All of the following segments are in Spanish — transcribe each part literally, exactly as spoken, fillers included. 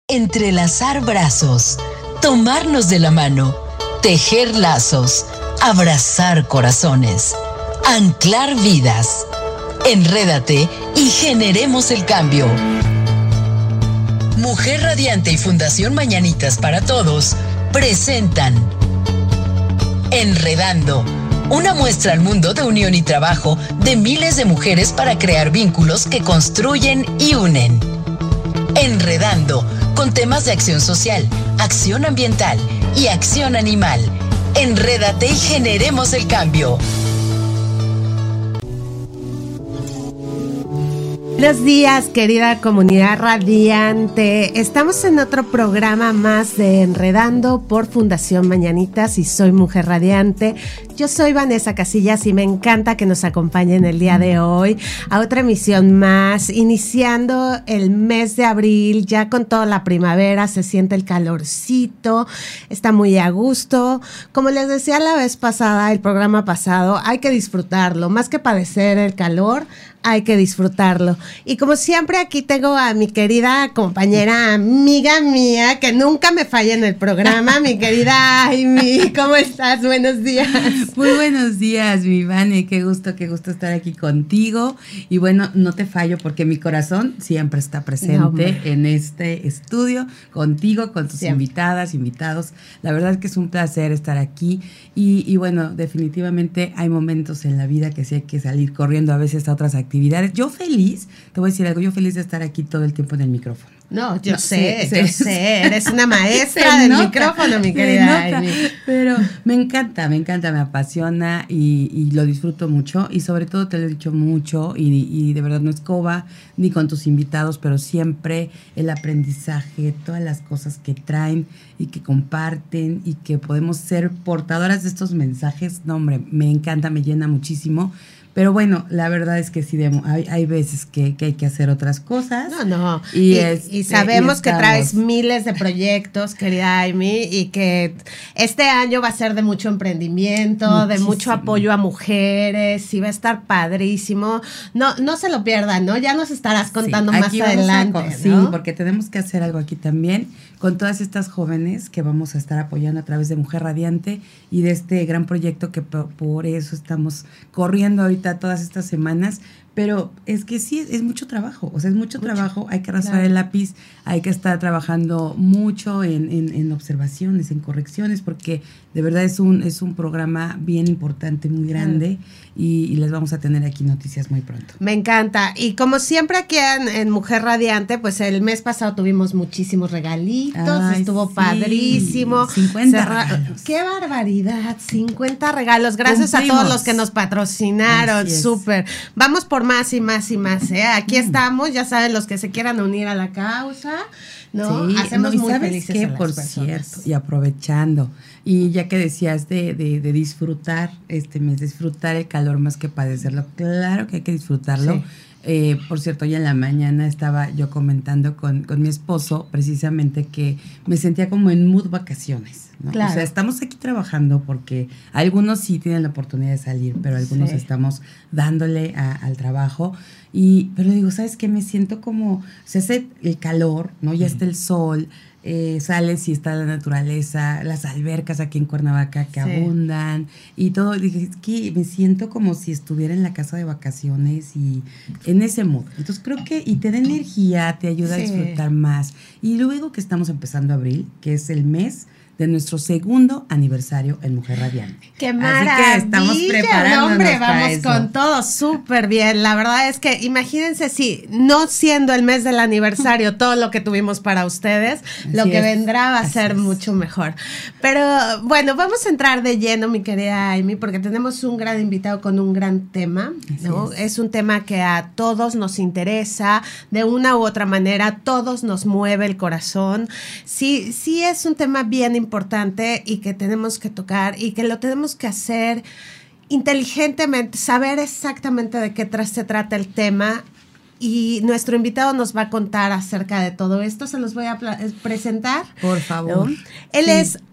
Entrelazar brazos, tomarnos de la mano, tejer lazos, abrazar corazones, anclar vidas. Enrédate y generemos el cambio. Mujer Radiante y Fundación Mañanitas para Todos presentan Enredando, una muestra al mundo de unión y trabajo de miles de mujeres para crear vínculos que construyen y unen. Enredando, con temas de acción social, acción ambiental y acción animal. Enrédate y generemos el cambio. Buenos días, querida comunidad radiante. Estamos en otro programa más de Enredando por Fundación Mañanitas y soy Mujer Radiante. Yo soy Vanessa Casillas y me encanta que nos acompañen el día de hoy a otra emisión más, iniciando el mes de abril, ya con toda la primavera, se siente el calorcito, está muy a gusto. Como les decía la vez pasada, el programa pasado, hay que disfrutarlo, más que padecer el calor, hay que disfrutarlo. Y como siempre, aquí tengo a mi querida compañera, amiga mía, que nunca me falla en el programa, mi querida Amy. ¿Cómo estás? Buenos días. Muy buenos días, mi Vane. Qué gusto, qué gusto estar aquí contigo. Y bueno, no te fallo porque mi corazón siempre está presente no, en este estudio, contigo, con tus siempre. invitadas, invitados. La verdad es que es un placer estar aquí. Y, y bueno, definitivamente hay momentos en la vida que sí hay que salir corriendo a veces a otras actividades. actividades. Yo feliz, te voy a decir algo, yo feliz de estar aquí todo el tiempo en el micrófono. No, yo no, sé, sí, yo sí. sé, eres una maestra del nota, micrófono, mi querida Amy. Pero me encanta, me encanta, me apasiona y, y lo disfruto mucho y sobre todo te lo he dicho mucho y, y de verdad no es coba ni con tus invitados, pero siempre el aprendizaje, todas las cosas que traen y que comparten y que podemos ser portadoras de estos mensajes, no hombre, me encanta, me llena muchísimo. Pero bueno, la verdad es que sí, demo, hay, hay veces que, que hay que hacer otras cosas. No, no. Y, y, es, y sabemos y que traes miles de proyectos, querida Amy, y que este año va a ser de mucho emprendimiento, muchísimo. de mucho apoyo a mujeres, y va a estar padrísimo. No, no se lo pierdan, ¿no? Ya nos estarás contando sí, más adelante. A, ¿no? Sí, porque tenemos que hacer algo aquí también con todas estas jóvenes que vamos a estar apoyando a través de Mujer Radiante y de este gran proyecto que por, por eso estamos corriendo ahorita todas estas semanas, pero es que sí, es, es mucho trabajo, o sea, es mucho, mucho. trabajo, hay que arrastrar claro. el lápiz, hay que estar trabajando mucho en, en, en observaciones, en correcciones, porque de verdad es un, es un programa bien importante, muy grande, claro. y, y les vamos a tener aquí noticias muy pronto. Me encanta, y como siempre aquí en, en Mujer Radiante, pues el mes pasado tuvimos muchísimos regalitos, Ay, estuvo sí. padrísimo. cincuenta Cerra- regalos. ¡Qué barbaridad! cincuenta regalos, gracias Cumplimos. a todos los que nos patrocinaron, súper. Vamos por más y más y más, ¿eh? Aquí estamos, ya saben, los que se quieran unir a la causa, ¿no? Sí, Hacemos no, muy ¿sabes felices qué? a las Por personas. cierto, y aprovechando, y ya que decías de, de, de disfrutar este mes, disfrutar el calor más que padecerlo, claro que hay que disfrutarlo. Sí. Eh, por cierto, hoy en la mañana estaba yo comentando con, con mi esposo precisamente que me sentía como en mood vacaciones, ¿no? Claro. O sea, estamos aquí trabajando porque algunos sí tienen la oportunidad de salir, pero algunos sí. estamos dándole a, al trabajo. Y, pero digo, ¿sabes qué? Me siento como, se hace el calor, ¿no? Ya uh-huh. está el sol, eh, sales y está la naturaleza, las albercas aquí en Cuernavaca que sí. abundan y todo. Y dije, es que me siento como si estuviera en la casa de vacaciones y en ese mood. Entonces creo que, y te da energía, te ayuda sí. a disfrutar más. Y luego que estamos empezando abril, que es el mes de nuestro segundo aniversario en Mujer Radiante. ¡Qué maravilla! Así que estamos preparándonos hombre, para vamos eso. con todo, súper bien. La verdad es que imagínense si no siendo el mes del aniversario todo lo que tuvimos para ustedes, Así lo que es. vendrá va a Así ser es. mucho mejor. Pero bueno, vamos a entrar de lleno, mi querida Amy, porque tenemos un gran invitado con un gran tema, ¿no? Es. es un tema que a todos nos interesa, de una u otra manera, todos nos mueve el corazón. Sí, sí es un tema bien importante. importante y que tenemos que tocar y que lo tenemos que hacer inteligentemente, saber exactamente de qué tra- se trata el tema, y nuestro invitado nos va a contar acerca de todo esto. Se los voy a pla- presentar. Por favor. ¿No? Él sí. es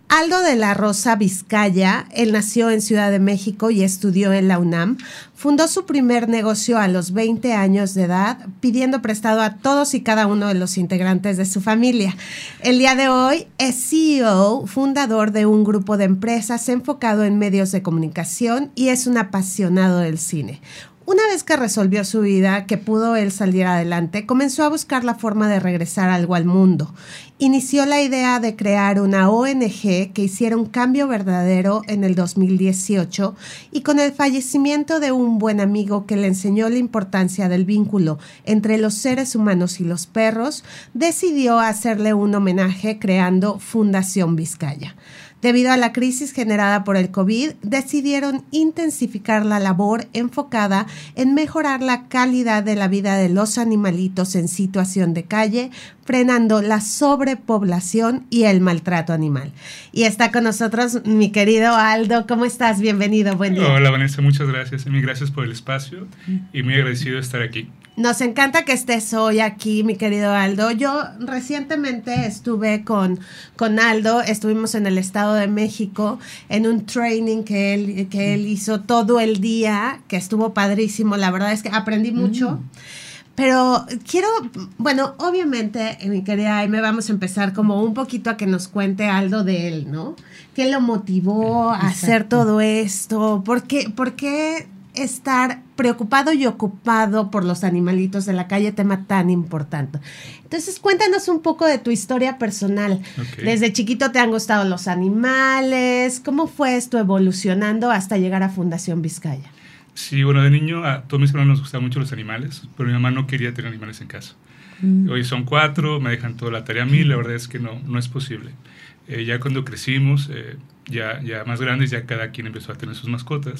Aldo de la Rosa Vizcaya, él nació en Ciudad de México y estudió en la UNAM. Fundó su primer negocio a los veinte años de edad, pidiendo prestado a todos y cada uno de los integrantes de su familia. El día de hoy es C E O, fundador de un grupo de empresas enfocado en medios de comunicación y es un apasionado del cine. Una vez que resolvió su vida, que pudo él salir adelante, comenzó a buscar la forma de regresar algo al mundo. Inició la idea de crear una O N G que hiciera un cambio verdadero en el dos mil dieciocho y con el fallecimiento de un buen amigo que le enseñó la importancia del vínculo entre los seres humanos y los perros, decidió hacerle un homenaje creando Fundación Vizcaya. Debido a la crisis generada por el COVID, decidieron intensificar la labor enfocada en mejorar la calidad de la vida de los animalitos en situación de calle, frenando la sobrepoblación y el maltrato animal. Y está con nosotros mi querido Aldo. ¿Cómo estás? Bienvenido, buen día. Hola Vanessa, muchas gracias. Emi, gracias por el espacio y muy agradecido de estar aquí. Nos encanta que estés hoy aquí, mi querido Aldo. Yo recientemente estuve con, con Aldo, estuvimos en el Estado de México en un training que él, que él hizo todo el día, que estuvo padrísimo. La verdad es que aprendí mucho. Mm. Pero quiero, bueno, obviamente, mi querida Aime, vamos a empezar como un poquito a que nos cuente Aldo de él, ¿no? ¿Qué lo motivó a Exacto. hacer todo esto? ¿Por qué, por qué estar preocupado y ocupado por los animalitos de la calle, tema tan importante? Entonces, cuéntanos un poco de tu historia personal. Okay. Desde chiquito te han gustado los animales. ¿Cómo fue esto evolucionando hasta llegar a Fundación Vizcaya? Sí, bueno, de niño a todos mis hermanos nos gustaban mucho los animales, pero mi mamá no quería tener animales en casa. Mm. Hoy son cuatro, me dejan toda la tarea a mí, la verdad es que no, no es posible. Eh, ya cuando crecimos, eh, ya, ya más grandes, ya cada quien empezó a tener sus mascotas.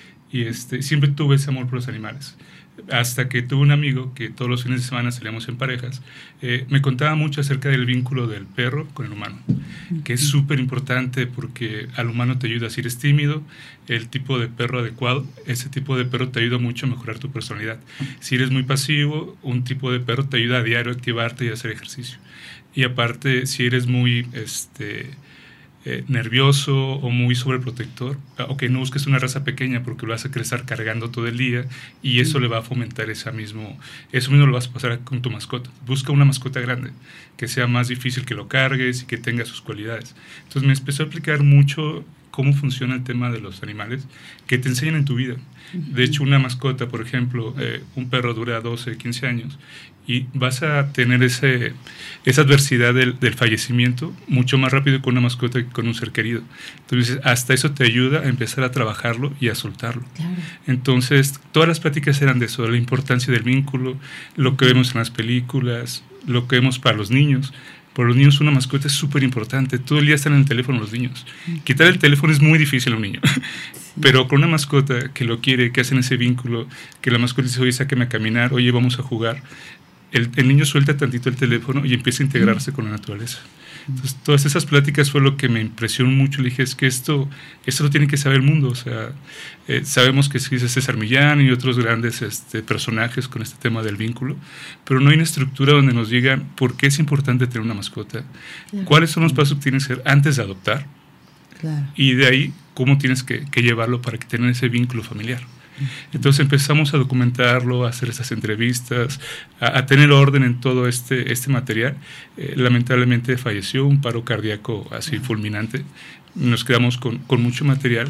Y este, siempre tuve ese amor por los animales. Hasta que tuve un amigo que todos los fines de semana salíamos en parejas, eh, me contaba mucho acerca del vínculo del perro con el humano, que es súper importante porque al humano te ayuda. Si eres tímido, el tipo de perro adecuado, ese tipo de perro te ayuda mucho a mejorar tu personalidad. Si eres muy pasivo, un tipo de perro te ayuda a diario a activarte y a hacer ejercicio. Y aparte, si eres muy este, eh, nervioso o muy sobreprotector, ok, no busques una raza pequeña porque lo vas a crecer cargando todo el día y eso le va a fomentar esa mismo, eso mismo lo vas a pasar con tu mascota. Busca una mascota grande, que sea más difícil que lo cargues y que tenga sus cualidades. Entonces me empezó a explicar mucho cómo funciona el tema de los animales que te enseñan en tu vida. De hecho, una mascota, por ejemplo, eh, un perro dura doce, quince años y vas a tener ese, esa adversidad del, del fallecimiento mucho más rápido con una mascota que con un ser querido. Entonces, hasta eso te ayuda a empezar a trabajarlo y a soltarlo. Claro. Entonces, todas las pláticas eran de eso, de la importancia del vínculo, lo que vemos en las películas, lo que vemos para los niños. Para los niños una mascota es súper importante. Todo el día están en el teléfono los niños. Quitar el teléfono es muy difícil a un niño. Sí. Pero con una mascota que lo quiere, que hacen ese vínculo, que la mascota dice, oye, sáqueme a caminar, oye, vamos a jugar. El, el niño suelta tantito el teléfono y empieza a integrarse mm. con la naturaleza. Entonces, todas esas pláticas fue lo que me impresionó mucho. Le dije, es que esto, esto lo tiene que saber el mundo. O sea, eh, sabemos que existe César Millán y otros grandes este, personajes con este tema del vínculo, pero no hay una estructura donde nos digan por qué es importante tener una mascota, claro. cuáles son los pasos que tienes que hacer antes de adoptar, claro. y de ahí cómo tienes que, que llevarlo para que tengan ese vínculo familiar. Entonces empezamos a documentarlo, a hacer estas entrevistas, a, a tener orden en todo este, este material. Eh, lamentablemente falleció, un paro cardíaco así fulminante. Nos quedamos con, con mucho material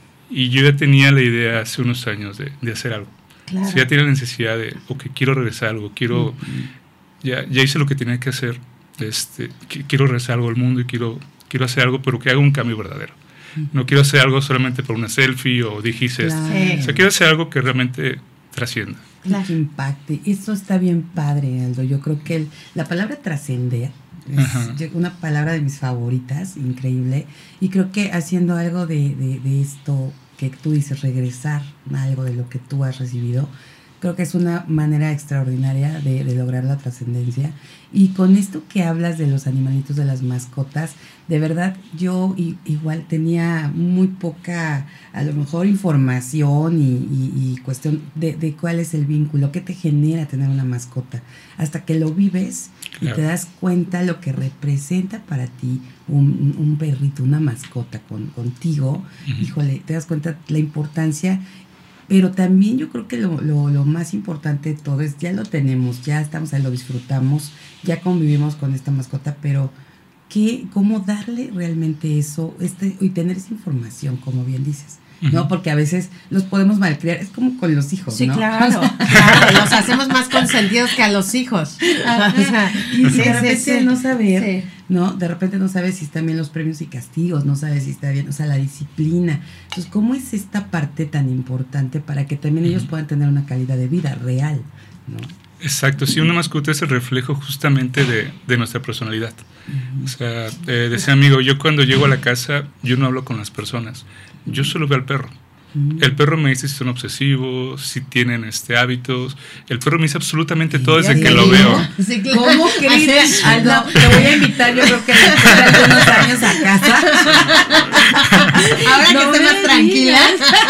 y yo ya tenía la idea hace unos años de, de hacer algo. Claro. O sea, ya tenía la necesidad de, ok, quiero regresar algo, quiero, uh-huh. ya, ya hice lo que tenía que hacer, este, quiero regresar algo al mundo y quiero, quiero hacer algo, pero que haga un cambio verdadero. No quiero hacer algo solamente por una selfie o dijiste claro. esto. O sea, quiero hacer algo que realmente trascienda. Claro. Que impacte. Eso está bien padre, Aldo. Yo creo que el, la palabra trascender es Ajá. una palabra de mis favoritas, increíble. Y creo que haciendo algo de, de, de esto que tú dices, regresar a algo de lo que tú has recibido, creo que es una manera extraordinaria de, de lograr la trascendencia. Y con esto que hablas de los animalitos, de las mascotas, de verdad yo y, igual tenía muy poca, a lo mejor, información y, y, y cuestión de, de cuál es el vínculo, qué te genera tener una mascota, hasta que lo vives. Claro. Y te das cuenta lo que representa para ti un, un perrito, una mascota con, contigo. Uh-huh. Híjole, te das cuenta la importancia. Pero también yo creo que lo, lo, lo más importante de todo es, ya lo tenemos, ya estamos ahí, lo disfrutamos, ya convivimos con esta mascota, pero ¿qué, cómo darle realmente eso este, y tener esa información, como bien dices? Uh-huh. ¿No? Porque a veces los podemos malcriar, es como con los hijos, sí, ¿no? Sí, claro, claro, los hacemos más consentidos que a los hijos. Ajá. O sea, y sí, de repente sí, sí. no saber, sí. ¿no? De repente no sabes si están bien los premios y castigos, no sabes si está bien, o sea, la disciplina. Entonces, ¿cómo es esta parte tan importante para que también uh-huh. ellos puedan tener una calidad de vida real, ¿no? Exacto, sí, una mascota es el reflejo justamente de, de nuestra personalidad. Uh-huh. O sea, eh, decía amigo, yo cuando llego a la casa, yo no hablo con las personas, yo solo veo al perro. Uh-huh. El perro me dice si son obsesivos, si tienen este hábitos. El perro me dice absolutamente todo desde que lo veo. Sí, claro. ¿Cómo crees? Aldo, te voy a invitar, yo creo que después de algunos años a casa. Ahora no que esté más tranquila.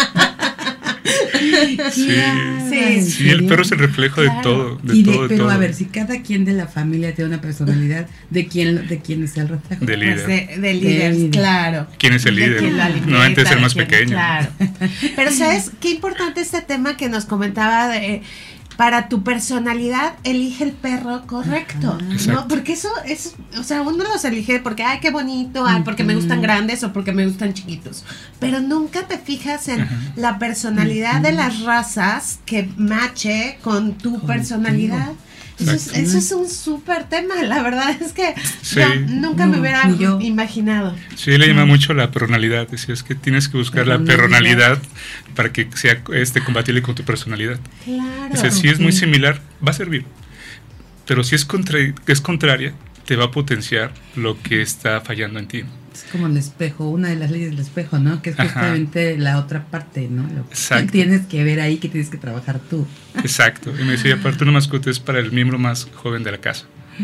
Sí, sí, sí, el perro es el reflejo claro. de todo, de y de, todo, de pero todo. A ver, si cada quien de la familia tiene una personalidad, ¿de quién, de quién es el reflejo? De líder. Pues de, de líder, de claro. ¿Quién es el líder? No, antes es el más pequeño. Claro. Pero ¿sabes qué importante este tema que nos comentaba de... Para tu personalidad, elige el perro correcto, Ajá, ¿no? Porque eso es, o sea, uno los elige porque, ay, qué bonito, ay, porque me gustan grandes o porque me gustan chiquitos. Pero nunca te fijas en Ajá. la personalidad Ajá. de las razas que mache con tu Contigo. personalidad. Eso es, eso es un súper tema, la verdad es que sí. yo nunca no, me hubiera yo. imaginado. Sí, le llama mucho la personalidad, decía, es que tienes que buscar la personalidad para que sea este, compatible con tu personalidad. Claro. O sea, si es muy similar, va a servir, pero si es, contra, es contraria, te va a potenciar lo que está fallando en ti. Es como el espejo, una de las leyes del espejo, ¿no? Que es justamente Ajá. la otra parte, ¿no? Lo que tienes que ver ahí, que tienes que trabajar tú. Exacto. Y me decía, aparte una mascota es para el miembro más joven de la casa.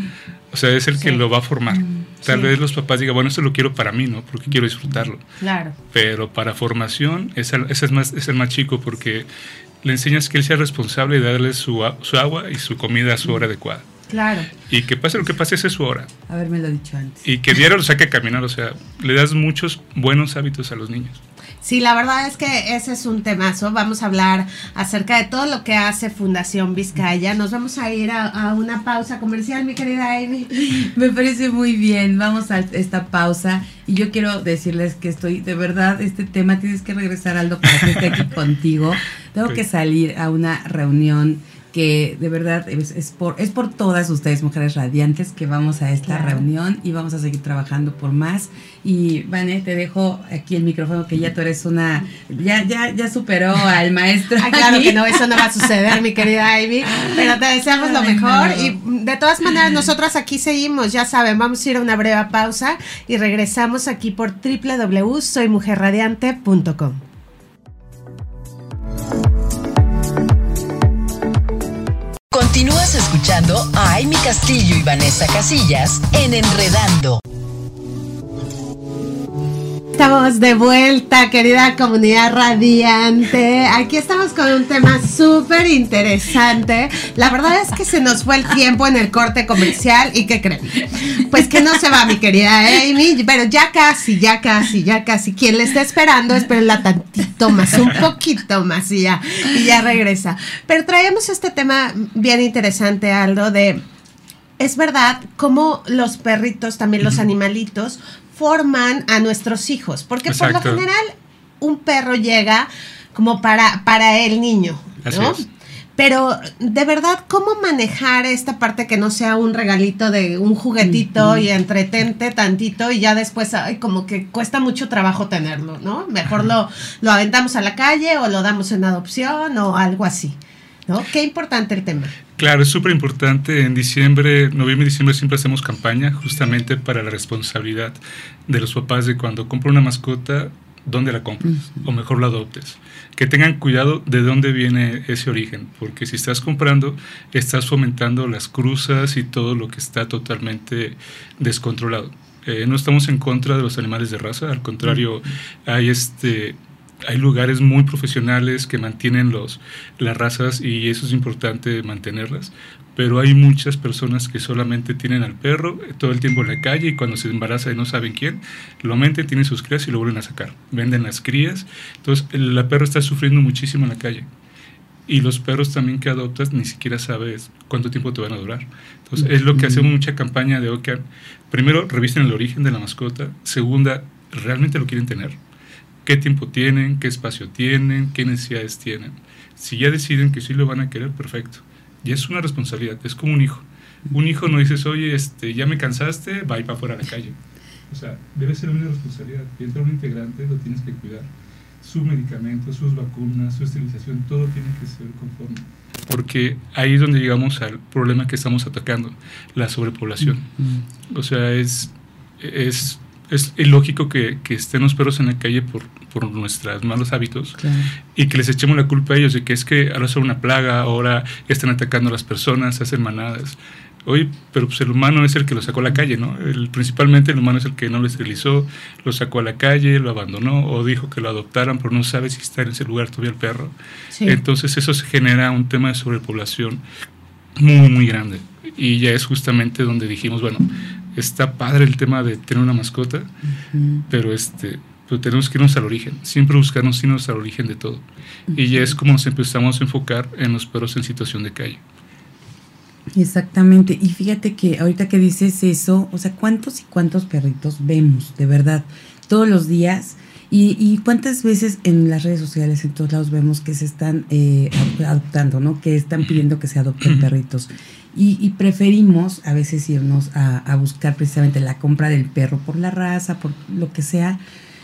O sea, es el sí. que lo va a formar. Tal sí. vez los papás digan, bueno, esto lo quiero para mí, ¿no? Porque quiero disfrutarlo. Claro. Pero para formación, ese es, es, más, es el más chico, porque le enseñas que él sea responsable de darle su, su agua y su comida a su hora adecuada. Claro. Y que pase lo que pase, esa es su hora. Haberme lo dicho antes. Y que diario lo saque a caminar, o sea, le das muchos buenos hábitos a los niños. Sí, la verdad es que ese es un temazo. Vamos a hablar acerca de todo lo que hace Fundación Vizcaya. Nos vamos a ir a, a una pausa comercial, mi querida Amy. Me parece muy bien. Vamos a esta pausa. Y yo quiero decirles que estoy, de verdad, este tema, tienes que regresar, Aldo, para que esté aquí contigo. Tengo okay. que salir a una reunión que de verdad es, es, por, es por todas ustedes, mujeres radiantes, que vamos a esta claro. reunión y vamos a seguir trabajando por más. Y, Vane, te dejo aquí el micrófono, que ya tú eres una... Ya ya ya superó al maestro. Ah, claro que no, eso no va a suceder, mi querida Ivy, pero te deseamos lo mejor. Y de todas maneras, nosotras aquí seguimos, ya saben, vamos a ir a una breve pausa y regresamos aquí por doble u doble u doble u punto soy mujer radiante punto com. Continúas escuchando a Amy Castillo y Vanessa Casillas en Enredando. Estamos de vuelta, querida comunidad radiante. Aquí estamos con un tema súper interesante. La verdad es que se nos fue el tiempo en el corte comercial. ¿Y qué creen? Pues que no se va, mi querida Amy. Pero ya casi, ya casi, ya casi. Quien le está esperando, espérenla tantito más, un poquito más y ya, y ya regresa. Pero traemos este tema bien interesante, Aldo, de... Es verdad, cómo los perritos, también los animalitos, forman a nuestros hijos, porque Exacto. por lo general un perro llega como para, para el niño, ¿no? Así es. Pero de verdad, ¿cómo manejar esta parte que no sea un regalito de un juguetito uh-huh. y entretente tantito y ya después, ay, como que cuesta mucho trabajo tenerlo, ¿no? Mejor uh-huh. lo, lo aventamos a la calle o lo damos en adopción o algo así, ¿no? Qué importante el tema. Claro, es súper importante. En diciembre, noviembre y diciembre siempre hacemos campaña justamente para la responsabilidad de los papás de cuando compran una mascota, dónde la compras, uh-huh. o mejor la adoptes. Que tengan cuidado de dónde viene ese origen, porque si estás comprando, estás fomentando las cruzas y todo lo que está totalmente descontrolado. Eh, no estamos en contra de los animales de raza, al contrario, uh-huh. hay este... hay lugares muy profesionales que mantienen los, las razas y eso es importante mantenerlas, pero hay muchas personas que solamente tienen al perro todo el tiempo en la calle y cuando se embaraza y no saben quién, lo meten, tienen sus crías y lo vuelven a sacar, venden las crías, entonces la perra está sufriendo muchísimo en la calle y los perros también que adoptas ni siquiera sabes cuánto tiempo te van a durar. Entonces es lo que hacemos mucha campaña de Ocan. Primero, revisen el origen de la mascota. Segunda, ¿realmente lo quieren tener? ¿Qué tiempo tienen? ¿Qué espacio tienen? ¿Qué necesidades tienen? Si ya deciden que sí lo van a querer, perfecto. Y es una responsabilidad, es como un hijo. Un hijo no dices, oye, este, ya me cansaste, va y para afuera a la calle. O sea, debe ser una responsabilidad. Y entra un integrante, lo tienes que cuidar. Sus medicamentos, sus vacunas, su esterilización, todo tiene que ser conforme. Porque ahí es donde llegamos al problema que estamos atacando, la sobrepoblación. O sea, es... es es ilógico que, que estén los perros en la calle por, por nuestros malos hábitos, claro. y que les echemos la culpa a ellos de que es que ahora son una plaga, ahora están atacando a las personas, hacen manadas. Oye, pero pues el humano es el que lo sacó a la calle, ¿no? El, principalmente el humano es el que no lo esterilizó, lo sacó a la calle, lo abandonó o dijo que lo adoptaran, pero no sabe si está en ese lugar todavía el perro. Sí. Entonces eso se genera un tema de sobrepoblación muy, muy grande. Y ya es justamente donde dijimos, bueno, está padre el tema de tener una mascota, uh-huh. pero este pero tenemos que irnos al origen, siempre buscarnos irnos al origen de todo. Uh-huh. Y ya es como nos empezamos a enfocar en los perros en situación de calle. Exactamente, y fíjate que ahorita que dices eso, o sea, ¿cuántos y cuántos perritos vemos, de verdad, todos los días? Y, y cuántas veces en las redes sociales, en todos lados, vemos que se están eh, adoptando, ¿no? Que están pidiendo que se adopten perritos. Y, y preferimos a veces irnos a, a buscar precisamente la compra del perro por la raza, por lo que sea.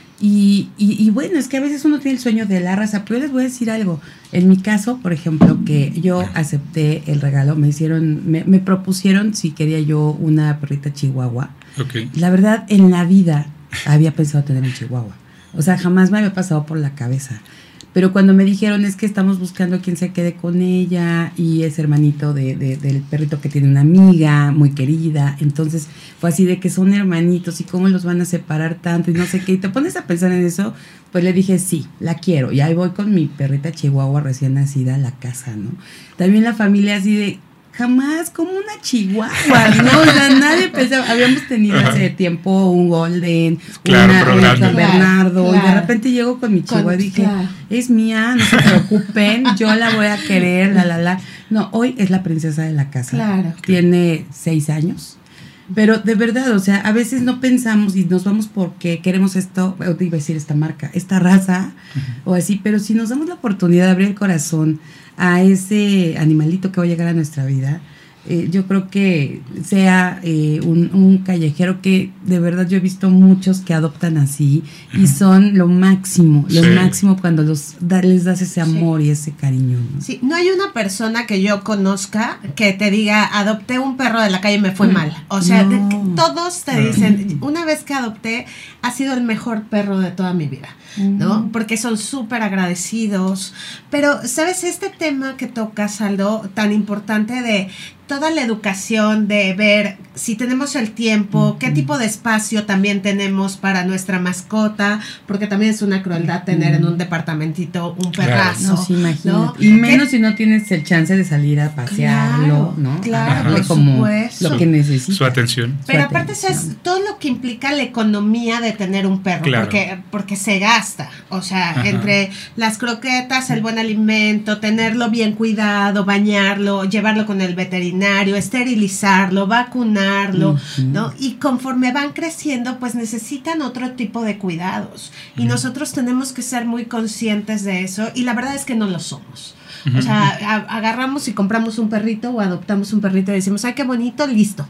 Y, y, y bueno, es que a veces uno tiene el sueño de la raza, pero yo les voy a decir algo. En mi caso, por ejemplo, que yo acepté el regalo, me hicieron, me, me propusieron si quería yo una perrita chihuahua. Okay. La verdad, en la vida había pensado tener un chihuahua. O sea, jamás me había pasado por la cabeza. Pero cuando me dijeron es que estamos buscando a quien se quede con ella y es hermanito de, de, del perrito que tiene una amiga muy querida, entonces fue así de que son hermanitos y cómo los van a separar tanto y no sé qué, y te pones a pensar en eso, pues le dije sí, la quiero, y ahí voy con mi perrita chihuahua recién nacida a la casa, ¿no? También la familia así de jamás, como una chihuahua, ¿no? O sea, nadie pensaba, habíamos tenido hace tiempo un golden, claro, una, una San claro, Bernardo, claro. y de repente llego con mi chihuahua y dije, claro. es mía, no se preocupen, yo la voy a querer, la, la, la. No, hoy es la princesa de la casa. Claro. Tiene seis años. Pero de verdad, o sea, a veces no pensamos y nos vamos porque queremos esto, o te iba a decir esta marca, esta raza, uh-huh. o así, pero si nos damos la oportunidad de abrir el corazón a ese animalito que va a llegar a nuestra vida, eh, yo creo que sea eh, un, un callejero que de verdad yo he visto muchos que adoptan así y son lo máximo, lo sí. máximo cuando los da, les das ese amor sí. y ese cariño, ¿no? Sí, no hay una persona que yo conozca que te diga, adopté un perro de la calle y me fue mm. mal. O sea, no. de, todos te dicen, una vez que adopté, ha sido el mejor perro de toda mi vida, ¿no? Porque son súper agradecidos. Pero, ¿sabes? Este tema que tocas, Aldo, tan importante de toda la educación, de ver si tenemos el tiempo, uh-huh. qué tipo de espacio también tenemos para nuestra mascota, porque también es una crueldad tener uh-huh. en un departamentito un perrazo. No, sí, imagínate. ¿No? Y menos ¿Qué? si no tienes el chance de salir a pasearlo, claro, ¿no? Claro, darle como supuesto. lo que necesita. Su atención. Pero Su aparte atención. es todo lo que implica la economía de tener un perro, claro. porque, porque se gasta. O sea, Ajá. entre las croquetas, el buen alimento, tenerlo bien cuidado, bañarlo, llevarlo con el veterinario, esterilizarlo, vacunarlo, uh-huh. ¿no? Y conforme van creciendo, pues necesitan otro tipo de cuidados. Y uh-huh. nosotros tenemos que ser muy conscientes de eso, y la verdad es que no lo somos. Uh-huh. O sea, a- agarramos y compramos un perrito o adoptamos un perrito y decimos, ay, qué bonito, listo.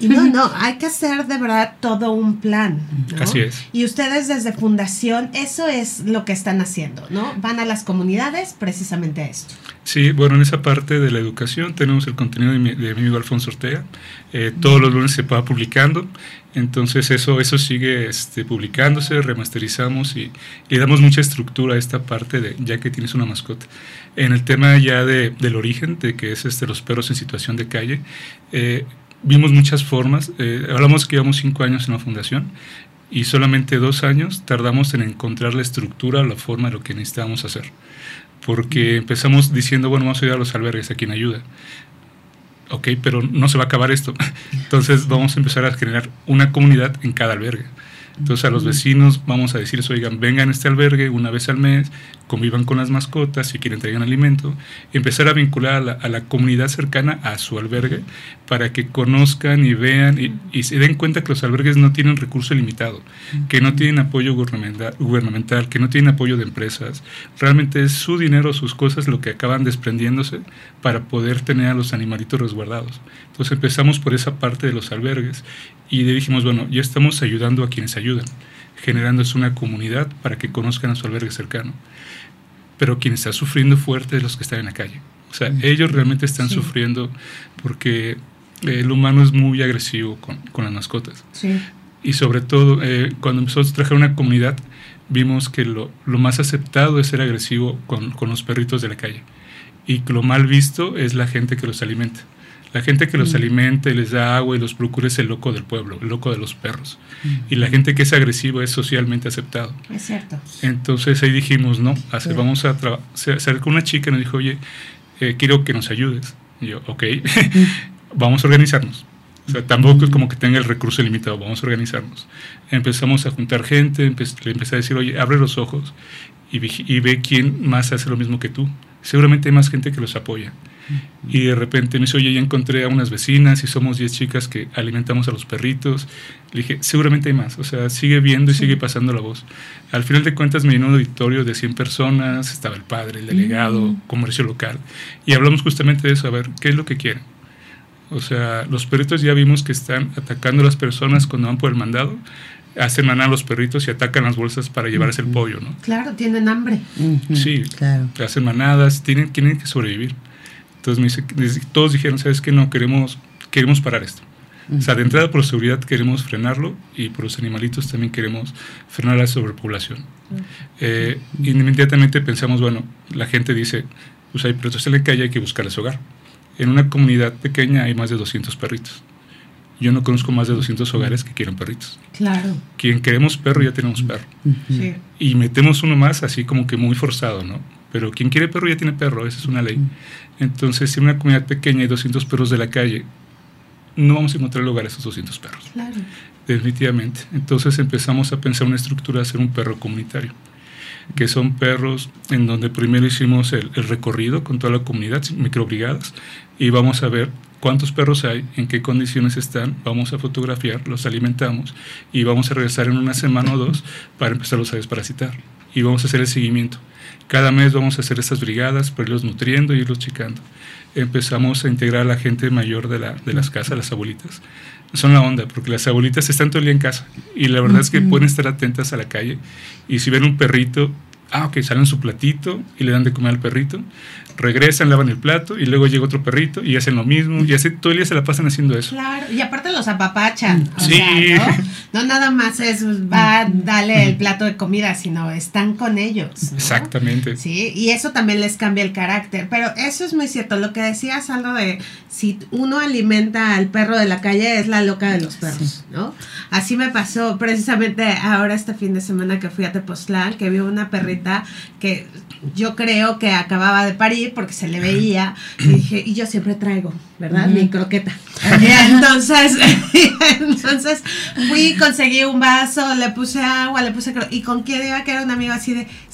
Y no, no, hay que hacer de verdad todo un plan, ¿no? Así es. Y ustedes desde Fundación, eso es lo que están haciendo, ¿no? Van a las comunidades precisamente a esto. Sí, bueno, en esa parte de la educación tenemos el contenido de mi, de mi amigo Alfonso Ortega. Eh, todos los lunes se va publicando, entonces eso, eso sigue este, publicándose, remasterizamos y le damos mucha estructura a esta parte de ya que tienes una mascota. En el tema ya de, del origen, de que es este, los perros en situación de calle, eh, vimos muchas formas. Eh, hablamos que llevamos cinco años en la fundación y solamente dos años tardamos en encontrar la estructura, la forma de lo que necesitábamos hacer. Porque empezamos diciendo, bueno, vamos a ayudar a los albergues, a quien ayuda. Ok, pero no se va a acabar esto. Entonces vamos a empezar a generar una comunidad en cada albergue. Entonces a los vecinos vamos a decirles, oigan, vengan a este albergue una vez al mes, convivan con las mascotas, si quieren traigan alimento, empezar a vincular a la, a la comunidad cercana a su albergue para que conozcan y vean y, y se den cuenta que los albergues no tienen recurso limitado, que no tienen apoyo gubernamental, gubernamental, que no tienen apoyo de empresas. Realmente es su dinero, sus cosas lo que acaban desprendiéndose para poder tener a los animalitos resguardados. Entonces empezamos por esa parte de los albergues y dijimos, bueno, ya estamos ayudando a quienes ayudan, generándose una comunidad para que conozcan a su albergue cercano. Pero quien está sufriendo fuerte es los que están en la calle. O sea, ellos realmente están sí. sufriendo porque el humano es muy agresivo con, con las mascotas. Sí. Y sobre todo, eh, cuando empezamos a trabajar una comunidad, vimos que lo, lo más aceptado es ser agresivo con, con los perritos de la calle. Y lo mal visto es la gente que los alimenta. La gente que los mm. alimenta y les da agua y los procura es el loco del pueblo, el loco de los perros. Mm. Y la gente que es agresiva es socialmente aceptado. Es cierto. Entonces ahí dijimos, no, hace, sí. vamos a trabajar. Se acercó una chica y nos dijo, oye, eh, quiero que nos ayudes. Y yo, ok, mm. vamos a organizarnos. O sea, tampoco mm. es como que tenga el recurso limitado, vamos a organizarnos. Empezamos a juntar gente, empe le empecé a decir, oye, abre los ojos y, y ve quién más hace lo mismo que tú. Seguramente hay más gente que los apoya. Y de repente me dice, oye, ya encontré a unas vecinas y somos diez chicas que alimentamos a los perritos. Le dije, seguramente hay más, o sea, sigue viendo y sí. sigue pasando la voz. Al final de cuentas me vino un auditorio de cien personas, estaba el padre, el delegado, mm. comercio local, y hablamos justamente de eso, a ver, ¿qué es lo que quieren? O sea, los perritos ya vimos que están atacando a las personas cuando van por el mandado, hacen maná a los perritos y atacan las bolsas para llevarse uh-huh. el pollo, ¿no? Claro, tienen hambre. Uh-huh. Sí, claro. hacen manadas, tienen, tienen que sobrevivir. Entonces me dice, todos dijeron, ¿sabes qué? No, queremos, queremos parar esto. Uh-huh. O sea, de entrada por seguridad queremos frenarlo y por los animalitos también queremos frenar la sobrepoblación. Uh-huh. eh, uh-huh. Inmediatamente pensamos, bueno, la gente dice, pues hay perritos en la calle, hay que buscarles hogar. En una comunidad pequeña hay más de doscientos perritos. Yo no conozco más de doscientos hogares que quieran perritos. Claro. Quien queremos perro, ya tenemos perro. Uh-huh. Sí. Y metemos uno más así como que muy forzado, ¿no? Pero quien quiere perro ya tiene perro, esa es una ley. Entonces, si en una comunidad pequeña hay doscientos perros de la calle, no vamos a encontrar lugar a esos doscientos perros. Claro. Definitivamente. Entonces empezamos a pensar una estructura de hacer un perro comunitario, que son perros en donde primero hicimos el, el recorrido con toda la comunidad, microbrigadas, y vamos a ver cuántos perros hay, en qué condiciones están, vamos a fotografiar, los alimentamos y vamos a regresar en una semana o dos para empezarlos a desparasitar y vamos a hacer el seguimiento. Cada mes vamos a hacer estas brigadas para irlos nutriendo y irlos checando. Empezamos a integrar a la gente mayor de, la, de las casas, las abuelitas. Son la onda, porque las abuelitas están todo el día en casa y la verdad uh-huh. es que pueden estar atentas a la calle y si ven un perrito, ah, ok, salen su platito y le dan de comer al perrito, regresan, lavan el plato y luego llega otro perrito y hacen lo mismo y así todo el día se la pasan haciendo eso. Claro, y aparte los apapachan. O sí. sea, ¿no? no nada más es va, dale el plato de comida, sino están con ellos, ¿no? Exactamente. Sí, y eso también les cambia el carácter. Pero eso es muy cierto, lo que decías, algo de si uno alimenta al perro de la calle es la loca de los perros, sí. ¿no? Así me pasó precisamente ahora este fin de semana que fui a Tepoztlán, que vi una perrita que yo creo que acababa de parir porque se le veía y dije, y yo siempre traigo, ¿verdad? Uh-huh. Mi croqueta. Y entonces, entonces fui, conseguí un vaso, le puse agua, le puse, y con quién iba, que era un amigo así de,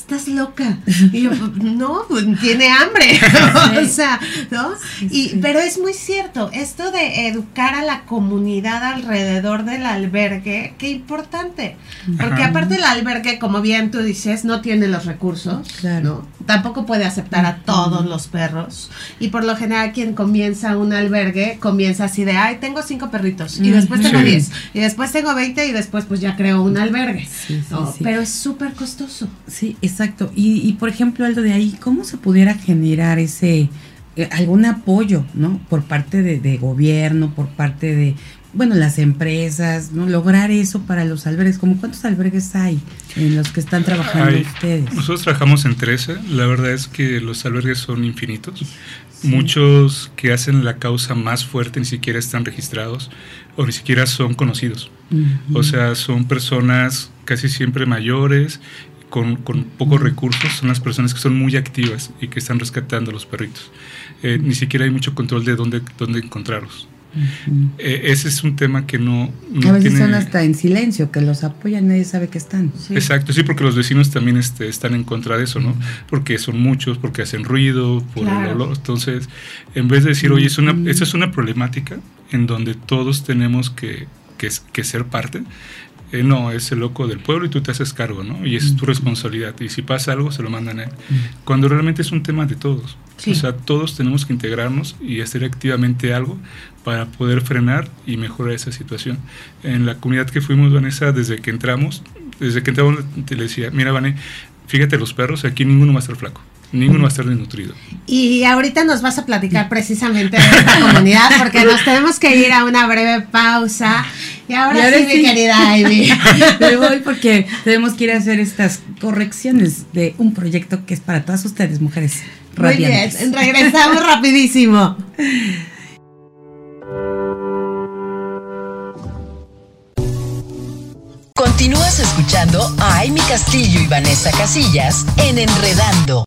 estás loca. Y yo, no, pues tiene hambre. O sea, ¿no? Y, pero es muy cierto, esto de educar a la comunidad alrededor del albergue, qué importante. Porque Ajá. aparte el albergue, como bien tú dices, no tiene los recursos, Claro. ¿no? Tampoco puede aceptar a todos los perros. Y por lo general quien comienza un albergue, comienza así de, ay, tengo cinco perritos, y después tengo Sí. diez, y después tengo veinte, y después pues ya creo un albergue. Sí, sí, ¿no? sí. Pero es súper costoso. Sí, exacto. Y, y por ejemplo, Aldo, de ahí, ¿cómo se pudiera generar ese, eh, algún apoyo, ¿no? Por parte de, de gobierno, por parte de, bueno, las empresas, ¿no? Lograr eso para los albergues. ¿Cómo cuántos albergues hay en los que están trabajando Hay- ustedes? Nosotros trabajamos en trece, la verdad es que los albergues son infinitos. Sí. Muchos que hacen la causa más fuerte ni siquiera están registrados o ni siquiera son conocidos. Ujú. O sea, son personas casi siempre mayores, con, con pocos recursos, son las personas que son muy activas y que están rescatando a los perritos. Eh, ni siquiera hay mucho control de dónde, dónde encontrarlos. Ujú. Eh, ese es un tema que no, no A veces tiene... son hasta en silencio, que los apoyan, nadie sabe que están. Sí. Exacto, sí, porque los vecinos también este, están en contra de eso, ¿no? Porque son muchos, porque hacen ruido, por Claro. el olor. Entonces, en vez de decir, oye, es una, Ujú. esta es una problemática en donde todos tenemos que, que, que ser parte, eh, no, es el loco del pueblo y tú te haces cargo, ¿no? Y es tu responsabilidad. Y si pasa algo, se lo mandan a él. Cuando realmente es un tema de todos. Sí. O sea, todos tenemos que integrarnos y hacer activamente algo para poder frenar y mejorar esa situación. En la comunidad que fuimos, Vanessa, desde que entramos, desde que entramos, te le decía, mira, Vane, fíjate los perros, aquí ninguno va a estar flaco, ninguno va a estar desnutrido. Y ahorita nos vas a platicar precisamente de esta comunidad, porque nos tenemos que ir a una breve pausa. Y ahora, Y ahora sí, sí. mi querida Ivy. Me voy porque tenemos que ir a hacer estas correcciones de un proyecto que es para todas ustedes, mujeres Muy bien, radiantes. regresamos rapidísimo. Continúas escuchando a Amy Castillo y Vanessa Casillas en Enredando.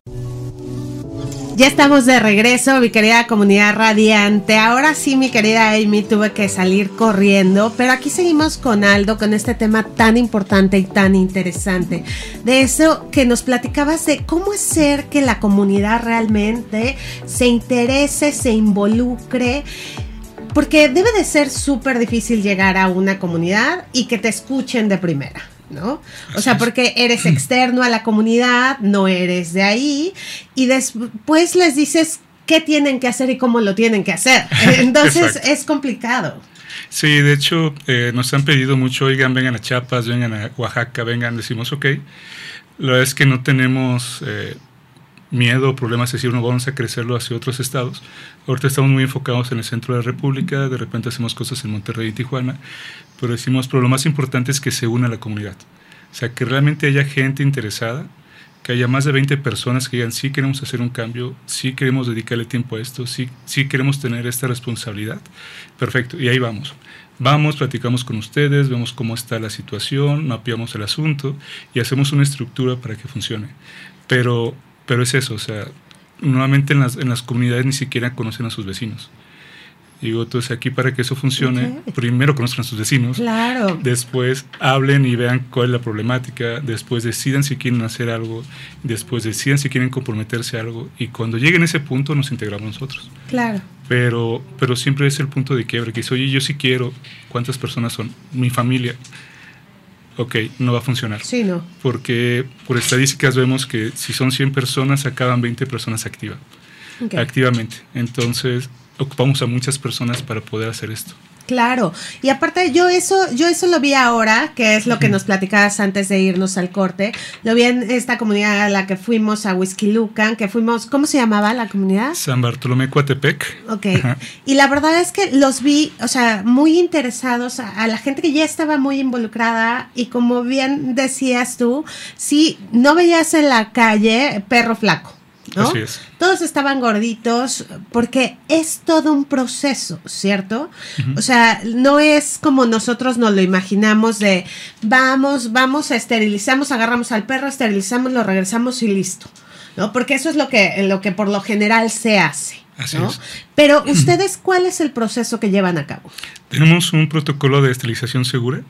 Ya estamos de regreso, mi querida comunidad radiante. Ahora sí, mi querida Amy, tuve que salir corriendo, pero aquí seguimos con Aldo, con este tema tan importante y tan interesante. De eso que nos platicabas de cómo hacer que la comunidad realmente se interese, se involucre. Porque debe de ser súper difícil llegar a una comunidad y que te escuchen de primera, ¿no? O sea, porque eres externo a la comunidad, no eres de ahí, y después les dices qué tienen que hacer y cómo lo tienen que hacer. Entonces es complicado. Sí, de hecho, eh, nos han pedido mucho, oigan, vengan a Chiapas, vengan a Oaxaca, vengan, decimos, ok. La verdad es que no tenemos eh, miedo o problemas, es decir, no vamos a crecerlo hacia otros estados. Ahorita estamos muy enfocados en el centro de la República, de repente hacemos cosas en Monterrey y Tijuana, pero decimos, pero lo más importante es que se una la comunidad. O sea, que realmente haya gente interesada, que haya más de veinte personas que digan, sí queremos hacer un cambio, sí queremos dedicarle tiempo a esto, sí, sí queremos tener esta responsabilidad. Perfecto, y ahí vamos. Vamos, platicamos con ustedes, vemos cómo está la situación, mapeamos el asunto y hacemos una estructura para que funcione. Pero, pero es eso, o sea, nuevamente en las, en las comunidades ni siquiera conocen a sus vecinos. Digo, entonces aquí para que eso funcione, Okay. primero conozcan a sus vecinos, Claro. después hablen y vean cuál es la problemática, después decidan si quieren hacer algo, después decidan si quieren comprometerse a algo, y cuando lleguen a ese punto nos integramos nosotros. Claro. Pero, pero siempre es el punto de quiebre, que dice, oye, yo sí quiero, ¿cuántas personas son? Mi familia. Ok, no va a funcionar. Sí, no. Porque por estadísticas vemos que si son cien personas, acaban veinte personas activas, Okay. activamente. Entonces, ocupamos a muchas personas para poder hacer esto. Claro, y aparte yo eso, yo eso lo vi ahora, que es lo que nos platicabas antes de irnos al corte, lo vi en esta comunidad a la que fuimos a Huixquilucan, que fuimos, ¿cómo se llamaba la comunidad? San Bartolomé Coatepec. Ok, Ajá. y la verdad es que los vi, o sea, muy interesados, a, a la gente que ya estaba muy involucrada, y como bien decías tú, sí, no veías en la calle perro flaco, ¿no? Así es. Todos estaban gorditos porque es todo un proceso, ¿cierto? Uh-huh. O sea, no es como nosotros nos lo imaginamos de vamos, vamos, esterilizamos, agarramos al perro, esterilizamos, lo regresamos y listo, ¿no? Porque eso es lo que, lo que por lo general se hace, Así ¿no? es. Pero ustedes, ¿cuál es el proceso que llevan a cabo? Tenemos un protocolo de esterilización segura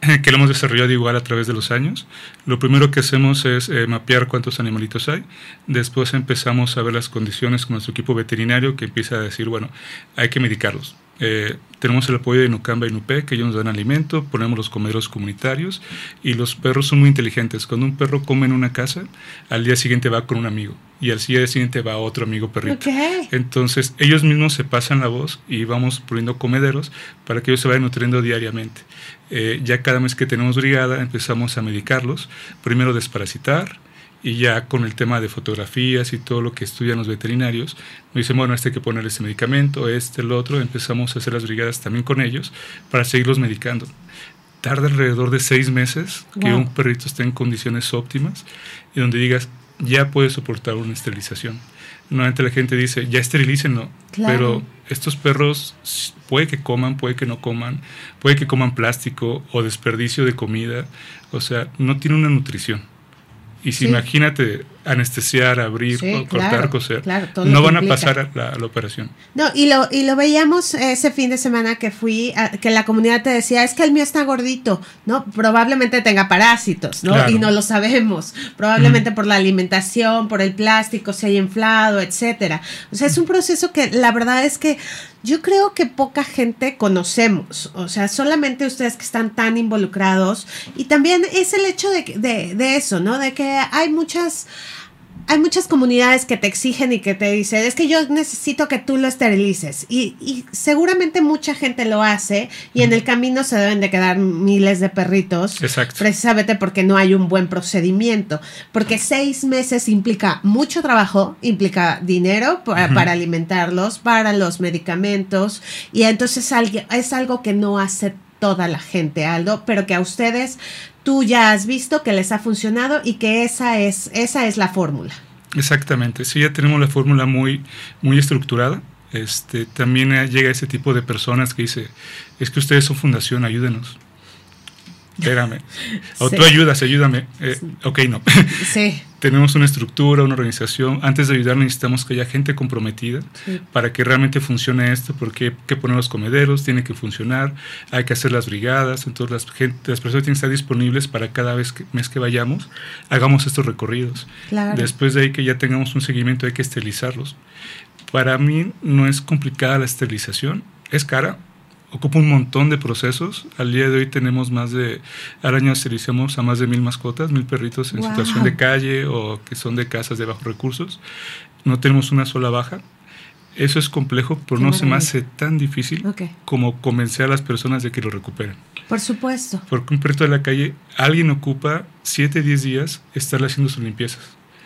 que lo hemos desarrollado igual a través de los años. Lo primero que hacemos es eh, mapear cuántos animalitos hay. Después empezamos a ver las condiciones con nuestro equipo veterinario, que empieza a decir, bueno, hay que medicarlos. Eh, tenemos el apoyo de Nucamba y Nupe, que ellos nos dan alimento, ponemos los comederos comunitarios, y los perros son muy inteligentes. Cuando un perro come en una casa, al día siguiente va con un amigo, y al día siguiente va otro amigo perrito. Okay. Entonces ellos mismos se pasan la voz y vamos poniendo comederos para que ellos se vayan nutriendo diariamente. Eh, ya cada mes que tenemos brigada empezamos a medicarlos, primero desparasitar, y ya con el tema de fotografías y todo lo que estudian los veterinarios, nos dicen, bueno, este hay que ponerle este medicamento, este, el otro. Empezamos a hacer las brigadas también con ellos para seguirlos medicando. Tarda alrededor de seis meses wow. que un perrito esté en condiciones óptimas y donde digas, ya puede soportar una esterilización. Normalmente la gente dice, ya esterilícenlo, claro. pero estos perros puede que coman, puede que no coman, puede que coman plástico o desperdicio de comida, o sea, no tiene una nutrición. Y si sí. imagínate anestesiar, abrir, sí, cortar, claro, coser, claro, no van a pasar a la, a la operación. No, y lo y lo veíamos ese fin de semana que fui, a, que la comunidad te decía, es que el mío está gordito, ¿no? Probablemente tenga parásitos, ¿no? Claro. Y no lo sabemos. Probablemente mm. por la alimentación, por el plástico, se haya inflado, etcétera. O sea, es un proceso que la verdad es que yo creo que poca gente conocemos. O sea, solamente ustedes que están tan involucrados. Y también es el hecho de, de, de eso, ¿no? De que hay muchas... Hay muchas comunidades que te exigen y que te dicen, es que yo necesito que tú lo esterilices. Y, y seguramente mucha gente lo hace y en el camino se deben de quedar miles de perritos. Exacto. Precisamente porque no hay un buen procedimiento. Porque seis meses implica mucho trabajo, implica dinero para, uh-huh. para alimentarlos, para los medicamentos. Y entonces es algo que no hace toda la gente, Aldo, pero que a ustedes... Tú ya has visto que les ha funcionado y que esa es, esa es la fórmula. Exactamente, sí, ya tenemos la fórmula muy, muy estructurada. Este, también llega ese tipo de personas que dice, es que ustedes son fundación, ayúdenos. Espérame. O sí. tú ayudas, ayúdame. Eh, sí. Ok, no. Sí. Tenemos una estructura, una organización. Antes de ayudar necesitamos que haya gente comprometida sí. para que realmente funcione esto, porque hay que poner los comederos, tiene que funcionar, hay que hacer las brigadas, entonces las, gente, las personas tienen que estar disponibles para cada vez que, mes que vayamos, hagamos estos recorridos. Claro. Después de ahí que ya tengamos un seguimiento hay que esterilizarlos. Para mí no es complicada la esterilización, es cara. Ocupa un montón de procesos. Al día de hoy tenemos más de, al año esterilizamos a más de mil mascotas, mil perritos en wow. situación de calle o que son de casas de bajos recursos. No tenemos una sola baja. Eso es complejo, pero Qué no maravilla. se me hace tan difícil okay. como convencer a las personas de que lo recuperen. Por supuesto. Porque un perrito de la calle, alguien ocupa siete, diez días estarle haciendo sus limpiezas.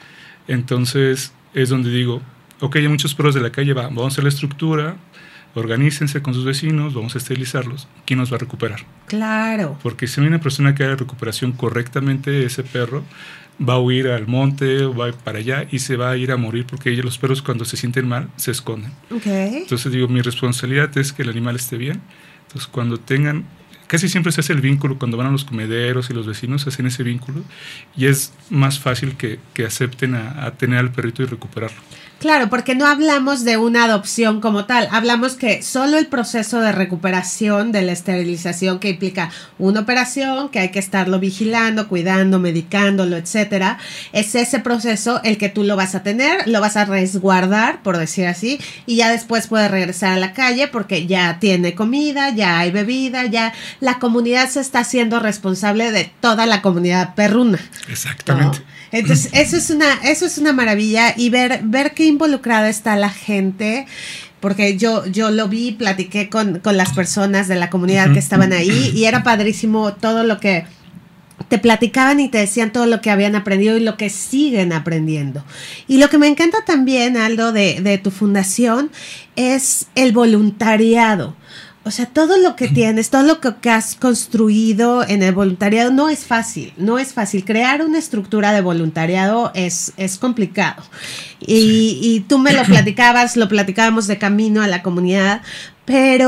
Entonces es donde digo, ok, hay muchos perros de la calle, va, vamos a hacer la estructura, organícense con sus vecinos, vamos a esterilizarlos. ¿Quién nos va a recuperar? Claro. Porque si no hay una persona que haga recuperación correctamente, ese perro va a huir al monte, va a ir para allá y se va a ir a morir, porque ellos, los perros cuando se sienten mal se esconden. Okay. Entonces digo, mi responsabilidad es que el animal esté bien. Entonces cuando tengan, casi siempre se hace el vínculo, cuando van a los comederos y los vecinos hacen ese vínculo y es más fácil que, que acepten a, a tener al perrito y recuperarlo. Claro, porque no hablamos de una adopción como tal, hablamos que solo el proceso de recuperación de la esterilización, que implica una operación, que hay que estarlo vigilando, cuidando, medicándolo, etcétera, es ese proceso el que tú lo vas a tener, lo vas a resguardar, por decir así, y ya después puedes regresar a la calle porque ya tiene comida, ya hay bebida, ya la comunidad se está haciendo responsable de toda la comunidad perruna. Exactamente. ¿No? Entonces, eso es una, eso es una maravilla, y ver, ver qué involucrada está la gente, porque yo, yo lo vi, platiqué con, con las personas de la comunidad que estaban ahí, y era padrísimo todo lo que te platicaban y te decían todo lo que habían aprendido y lo que siguen aprendiendo. Y lo que me encanta también, Aldo, de, de tu fundación es el voluntariado. O sea, todo lo que tienes, todo lo que has construido en el voluntariado no es fácil, no es fácil. Crear una estructura de voluntariado es, es complicado. Y, sí. y tú me lo platicabas, lo platicábamos de camino a la comunidad, pero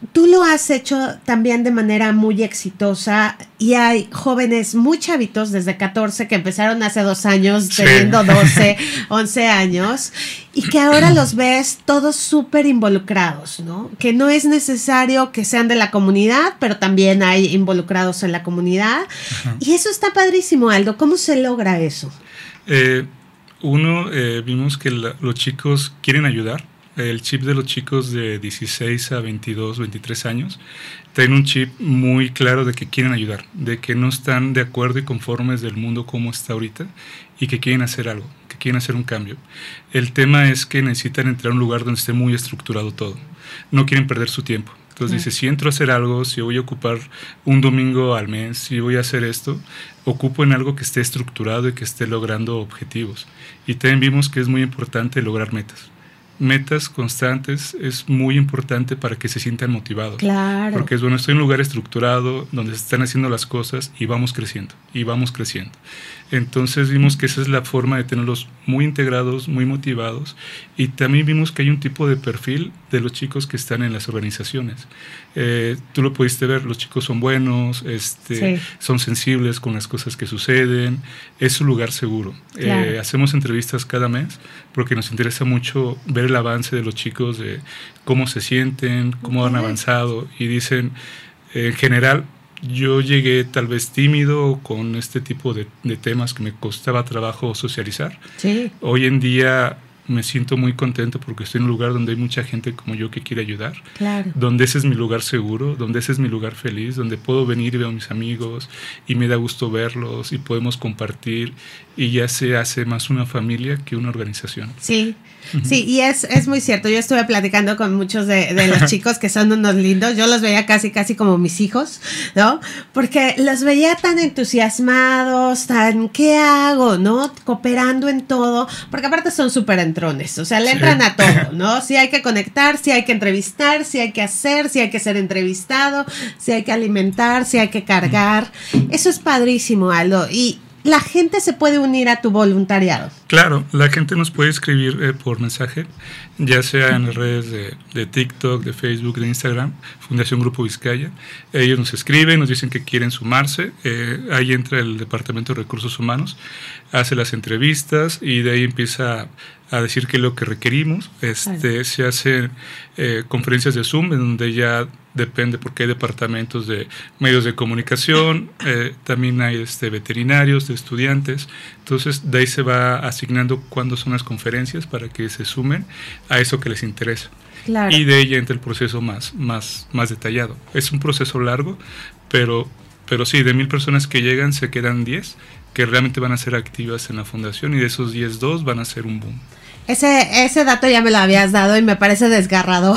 tú lo has hecho también de manera muy exitosa y hay jóvenes muy chavitos desde catorce que empezaron hace dos años sí. teniendo doce, once años y que ahora los ves todos súper involucrados, ¿no? Que no es necesario que sean de la comunidad, pero también hay involucrados en la comunidad. Ajá. Y eso está padrísimo, Aldo. ¿Cómo se logra eso? Eh, uno, eh, vimos que la, los chicos quieren ayudar. El chip de los chicos de dieciséis a veintidós, veintitrés años tienen un chip muy claro de que quieren ayudar, de que no están de acuerdo y conformes del mundo como está ahorita y que quieren hacer algo, que quieren hacer un cambio. El tema es que necesitan entrar a un lugar donde esté muy estructurado todo. No quieren perder su tiempo. Entonces dice, si entro a hacer algo, si voy a ocupar un domingo al mes, si voy a hacer esto, ocupo en algo que esté estructurado y que esté logrando objetivos. Y también vimos que es muy importante lograr metas. Metas constantes es muy importante para que se sientan motivados. Claro. Porque es bueno, estoy en un lugar estructurado donde se están haciendo las cosas y vamos creciendo, y vamos creciendo. Entonces vimos que esa es la forma de tenerlos muy integrados, muy motivados, y también vimos que hay un tipo de perfil de los chicos que están en las organizaciones. Eh, tú lo pudiste ver, los chicos son buenos, este, sí. son sensibles con las cosas que suceden, es un lugar seguro. Claro. Eh, hacemos entrevistas cada mes porque nos interesa mucho ver el avance de los chicos, de cómo se sienten, cómo okay. han avanzado, y dicen, eh, en general, yo llegué tal vez tímido con este tipo de, de temas que me costaba trabajo socializar. Sí. Hoy en día me siento muy contento porque estoy en un lugar donde hay mucha gente como yo que quiere ayudar. Claro. Donde ese es mi lugar seguro, donde ese es mi lugar feliz, donde puedo venir y veo a mis amigos y me da gusto verlos y podemos compartir y ya se hace más una familia que una organización. Sí. Uh-huh. Sí, y es, es muy cierto. Yo estuve platicando con muchos de, de los chicos que son unos lindos. Yo los veía casi, casi como mis hijos, ¿no? Porque los veía tan entusiasmados, tan, ¿qué hago? ¿No? Cooperando en todo. Porque aparte son súper entrones. O sea, le entran sí. a todo, ¿no? Si hay que conectar, si hay que entrevistar, si hay que hacer, si hay que ser entrevistado, si hay que alimentar, si hay que cargar. Eso es padrísimo, Aldo. Y la gente se puede unir a tu voluntariado. Claro, la gente nos puede escribir eh, por mensaje, ya sea en las redes de, de TikTok, de Facebook, de Instagram, Fundación Grupo Vizcaya. Ellos nos escriben, nos dicen que quieren sumarse. Eh, ahí entra el Departamento de Recursos Humanos, hace las entrevistas y de ahí empieza a decir qué es lo que requerimos. Este, claro. Se hacen eh, conferencias de Zoom en donde ya depende, porque hay departamentos de medios de comunicación, eh, también hay este, veterinarios, de estudiantes. Entonces de ahí se va asignando cuándo son las conferencias para que se sumen a eso que les interesa. Claro. Y de ahí entra el proceso más, más, más detallado. Es un proceso largo, pero, pero sí, de mil personas que llegan se quedan diez que realmente van a ser activas en la fundación, y de esos diez, dos van a ser un boom. Ese, ese dato ya me lo habías dado y me parece desgarrador.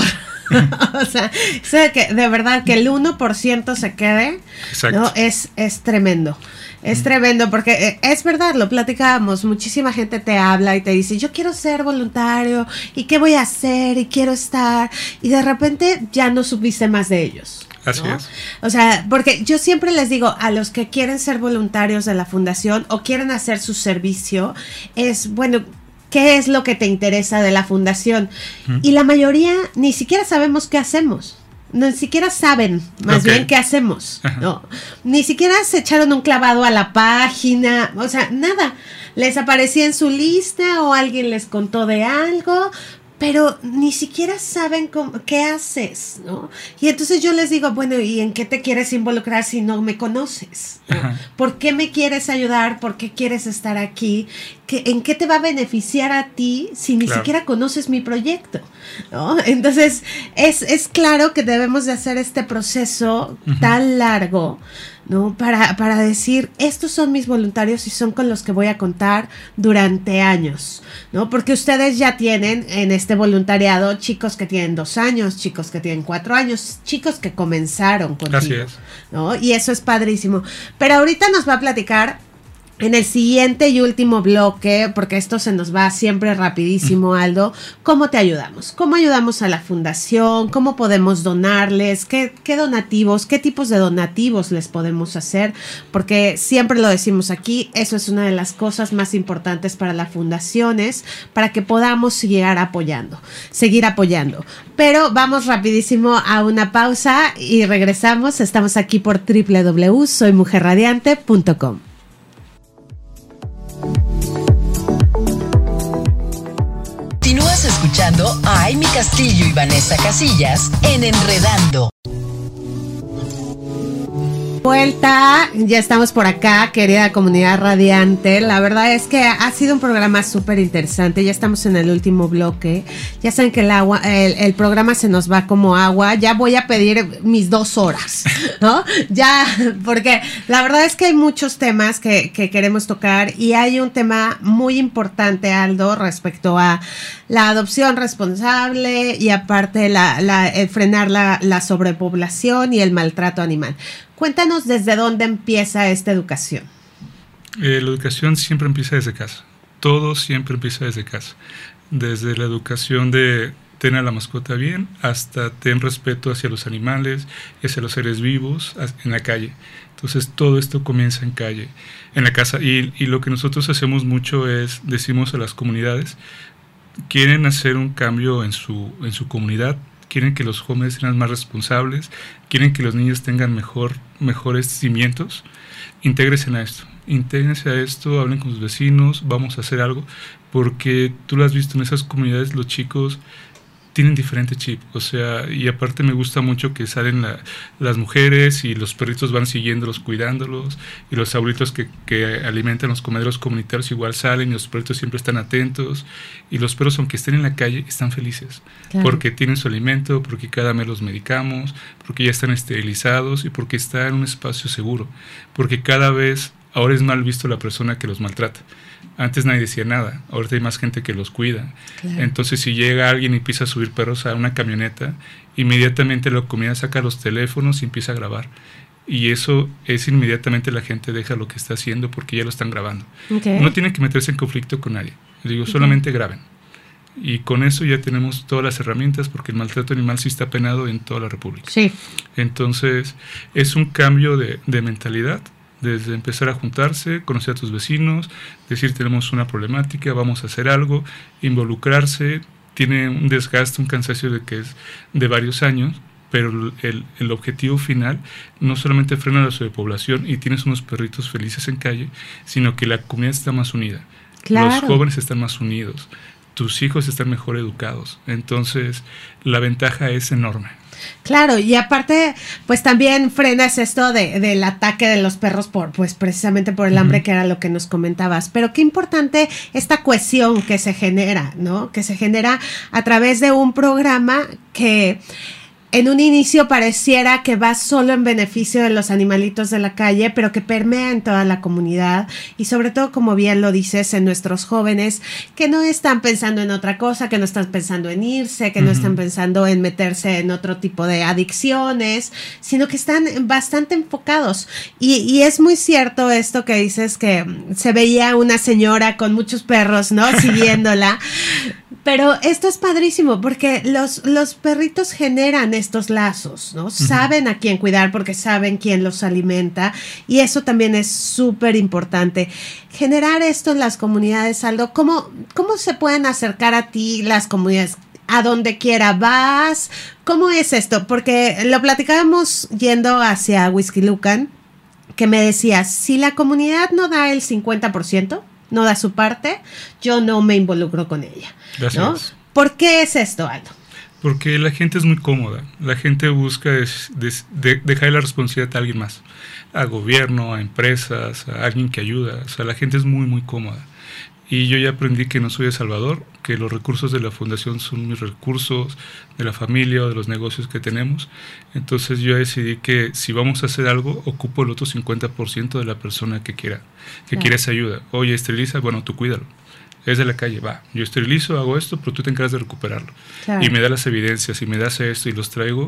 O sea, sé que de verdad que el uno por ciento se quede, ¿no? es, es tremendo. Es mm. tremendo porque es verdad, lo platicábamos, muchísima gente te habla y te dice, yo quiero ser voluntario y qué voy a hacer y quiero estar, y de repente ya no supiste más de ellos. Así ¿no? es. O sea, porque yo siempre les digo a los que quieren ser voluntarios de la fundación o quieren hacer su servicio, es bueno, ¿qué es lo que te interesa de la fundación? Uh-huh. Y la mayoría ni siquiera sabemos qué hacemos. Ni siquiera saben, más okay. bien, qué hacemos. Uh-huh. ¿No? Ni siquiera se echaron un clavado a la página. O sea, nada. Les aparecía en su lista o alguien les contó de algo, pero ni siquiera saben cómo, qué haces, ¿no? Y entonces yo les digo, bueno, ¿y en qué te quieres involucrar si no me conoces? ¿No? ¿Por qué me quieres ayudar? ¿Por qué quieres estar aquí? ¿Qué, ¿En qué te va a beneficiar a ti si ni claro. siquiera conoces mi proyecto? ¿No? Entonces, es, es claro que debemos de hacer este proceso uh-huh. tan largo, ¿no? Para, para decir, estos son mis voluntarios y son con los que voy a contar durante años, ¿no? Porque ustedes ya tienen en este voluntariado chicos que tienen dos años, chicos que tienen cuatro años, chicos que comenzaron contigo. Así es. ¿No? Y eso es padrísimo. Pero ahorita nos va a platicar En el siguiente y último bloque, porque esto se nos va siempre rapidísimo, Aldo, ¿cómo te ayudamos? ¿Cómo ayudamos a la fundación? ¿Cómo podemos donarles? ¿Qué, qué donativos, qué tipos de donativos les podemos hacer? Porque siempre lo decimos aquí, eso es una de las cosas más importantes para las fundaciones, para que podamos seguir apoyando, seguir apoyando. Pero vamos rapidísimo a una pausa y regresamos. Estamos aquí por doble u doble u doble u punto soy mujer radiante punto com. Continúas escuchando a Aimee Castillo y Vanessa Casillas en Enredando. Vuelta, ya estamos por acá, querida comunidad radiante. La verdad es que ha sido un programa súper interesante. Ya estamos en el último bloque. Ya saben que el agua, el, el programa se nos va como agua. Ya voy a pedir mis dos horas, ¿no? Ya, porque la verdad es que hay muchos temas que, que queremos tocar y hay un tema muy importante, Aldo, respecto a la adopción responsable y aparte la, la, el frenar la, la sobrepoblación y el maltrato animal. Cuéntanos desde dónde empieza esta educación. Eh, la educación siempre empieza desde casa. Todo siempre empieza desde casa. Desde la educación de ten a la mascota bien hasta ten respeto hacia los animales y hacia los seres vivos en la calle. Entonces todo esto comienza en calle, en la casa. Y, y lo que nosotros hacemos mucho es, decimos a las comunidades, quieren hacer un cambio en su, en su comunidad, quieren que los jóvenes sean más responsables, quieren que los niños tengan mejor, mejores cimientos, intégrense a esto, intégrense a esto, hablen con sus vecinos, vamos a hacer algo, porque tú lo has visto en esas comunidades, los chicos tienen diferente chip, o sea, y aparte me gusta mucho que salen la, las mujeres y los perritos van siguiéndolos, cuidándolos, y los abuelitos que, que alimentan los comederos comunitarios igual salen y los perritos siempre están atentos, y los perros aunque estén en la calle están felices, claro, porque tienen su alimento, porque cada mes los medicamos, porque ya están esterilizados y porque está en un espacio seguro, porque cada vez ahora es mal visto la persona que los maltrata. Antes nadie decía nada, ahorita hay más gente que los cuida. Claro. Entonces si llega alguien y empieza a subir perros a una camioneta, inmediatamente la comunidad saca los teléfonos y empieza a grabar. Y eso es inmediatamente la gente deja lo que está haciendo porque ya lo están grabando. Okay. No tienen que meterse en conflicto con nadie. Digo, okay, solamente graben. Y con eso ya tenemos todas las herramientas porque el maltrato animal sí está penado en toda la República. Sí. Entonces es un cambio de, de mentalidad. Desde empezar a juntarse, conocer a tus vecinos, decir tenemos una problemática, vamos a hacer algo, involucrarse, tiene un desgaste, un cansancio de que es de varios años, pero el, el objetivo final no solamente frena la sobrepoblación y tienes unos perritos felices en calle, sino que la comunidad está más unida, claro, los jóvenes están más unidos, tus hijos están mejor educados, entonces la ventaja es enorme. Claro, y aparte, pues también frenas esto de, del ataque de los perros por, pues precisamente por el hambre, uh-huh, que era lo que nos comentabas. Pero qué importante esta cohesión que se genera, ¿no? Que se genera a través de un programa que en un inicio pareciera que va solo en beneficio de los animalitos de la calle, pero que permea en toda la comunidad y sobre todo, como bien lo dices, en nuestros jóvenes que no están pensando en otra cosa, que no están pensando en irse, que uh-huh, no están pensando en meterse en otro tipo de adicciones, sino que están bastante enfocados. Y, y es muy cierto esto que dices, que se veía una señora con muchos perros, ¿no? Siguiéndola. Pero esto es padrísimo porque los, los perritos generan estos lazos, ¿no? Uh-huh. Saben a quién cuidar porque saben quién los alimenta y eso también es súper importante. Generar esto en las comunidades, Aldo, ¿cómo, cómo se pueden acercar a ti las comunidades? A donde quiera vas, ¿cómo es esto? Porque lo platicábamos yendo hacia Whisky Lucan, que me decías, si la comunidad no da el cincuenta por ciento, no da su parte, yo no me involucro con ella. Gracias. ¿No? ¿Por qué es esto, Aldo? Porque la gente es muy cómoda. La gente busca des, des, de, dejar la responsabilidad a alguien más. A gobierno, a empresas, a alguien que ayuda. O sea, la gente es muy, muy cómoda. Y yo ya aprendí que no soy El Salvador, que los recursos de la fundación son mis recursos, de la familia o de los negocios que tenemos. Entonces yo decidí que si vamos a hacer algo, ocupo el otro cincuenta por ciento de la persona que quiera, que claro, quiera esa ayuda. Oye, esteriliza, bueno, tú cuídalo. Es de la calle, va, yo esterilizo, hago esto, pero tú te encargas de recuperarlo. Claro. Y me da las evidencias y me das esto y los traigo,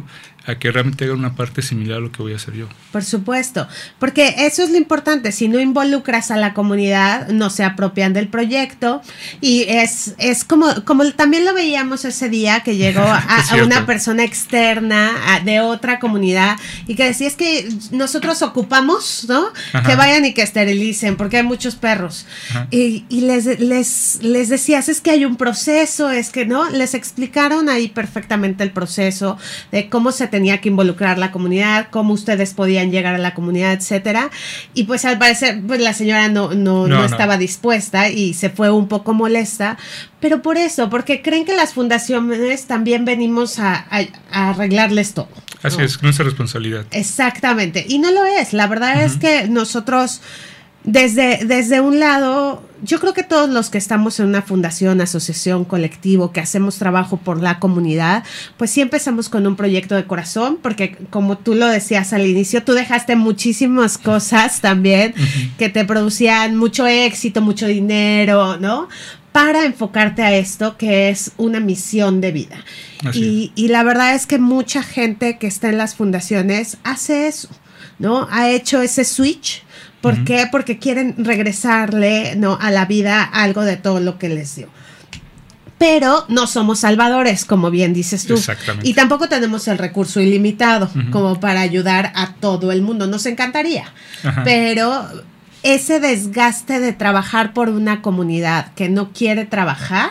a que realmente hagan una parte similar a lo que voy a hacer yo. Por supuesto, porque eso es lo importante, si no involucras a la comunidad, no se apropian del proyecto y es, es como, como también lo veíamos ese día que llegó a, a una persona externa a, de otra comunidad y que decía, es que nosotros ocupamos, ¿no? Ajá. Que vayan y que esterilicen porque hay muchos perros. Y, y les, les, les decías, es que hay un proceso, es que, ¿no? Les explicaron ahí perfectamente el proceso de cómo se tenía que involucrar la comunidad, cómo ustedes podían llegar a la comunidad, etcétera. Y pues al parecer, pues la señora no, no, no, no estaba no. dispuesta y se fue un poco molesta, pero por eso, porque creen que las fundaciones también venimos a, a, a arreglarles todo. Así ¿no? es, nuestra responsabilidad. Exactamente, y no lo es, la verdad uh-huh. es que nosotros desde, desde un lado, yo creo que todos los que estamos en una fundación, asociación, colectivo, que hacemos trabajo por la comunidad, pues sí empezamos con un proyecto de corazón, porque como tú lo decías al inicio, tú dejaste muchísimas cosas también uh-huh. que te producían mucho éxito, mucho dinero, ¿no? Para enfocarte a esto que es una misión de vida. Y, y la verdad es que mucha gente que está en las fundaciones hace eso, ¿no? Ha hecho ese switch. ¿Por uh-huh. qué? Porque quieren regresarle, ¿no? a la vida algo de todo lo que les dio. Pero no somos salvadores, como bien dices tú. Exactamente. Y tampoco tenemos el recurso ilimitado uh-huh. como para ayudar a todo el mundo. Nos encantaría, uh-huh. pero ese desgaste de trabajar por una comunidad que no quiere trabajar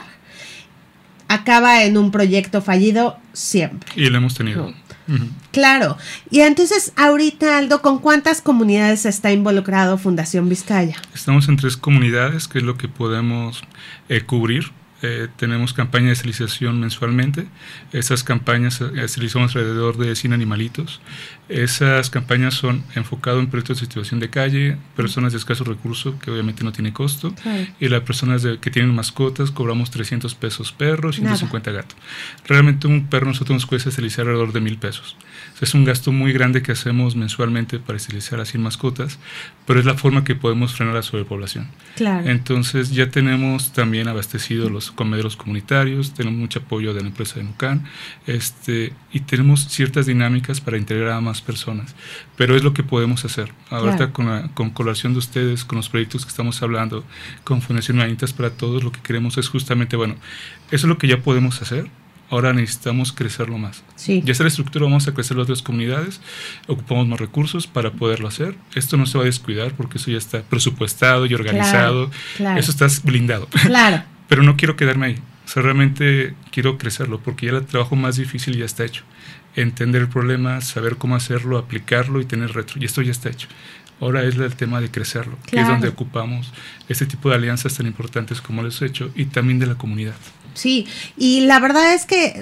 acaba en un proyecto fallido siempre. Y lo hemos tenido. ¿No? Uh-huh. Claro. Y entonces, ahorita, Aldo, ¿con cuántas comunidades está involucrado Fundación Vizcaya? Estamos en tres comunidades, que es lo que podemos eh, cubrir. Eh, tenemos campaña de esterilización mensualmente. Esas campañas eh, esterilizamos alrededor de cien animalitos. Esas campañas son enfocadas en proyectos de situación de calle, personas de escasos recursos, que obviamente no tiene costo, sí. y las personas de, que tienen mascotas, cobramos trescientos pesos perros, ciento cincuenta gatos. Realmente un perro nosotros nos cuesta esterilizar alrededor de mil pesos. O sea, es un gasto muy grande que hacemos mensualmente para esterilizar a cien mascotas, pero es la forma que podemos frenar la sobrepoblación. Claro. Entonces ya tenemos también abastecidos los comederos comunitarios, tenemos mucho apoyo de la empresa de Nucán, este, y tenemos ciertas dinámicas para integrar a más personas, pero es lo que podemos hacer. Ahorita claro. con, la, con colaboración de ustedes, con los proyectos que estamos hablando, con Fundación Humanitas para Todos, lo que queremos es justamente, bueno, eso es lo que ya podemos hacer. Ahora necesitamos crecerlo más. Sí. Ya está la estructura, vamos a crecer las otras comunidades, ocupamos más recursos para poderlo hacer. Esto no se va a descuidar porque eso ya está presupuestado y organizado. Claro, claro. Eso está blindado. Claro. Pero no quiero quedarme ahí. O sea, realmente quiero crecerlo porque ya el trabajo más difícil ya está hecho. Entender el problema, saber cómo hacerlo, aplicarlo y tener retro. Y esto ya está hecho. Ahora es el tema de crecerlo, claro. que es donde ocupamos este tipo de alianzas tan importantes como les he hecho y también de la comunidad. Sí, y la verdad es que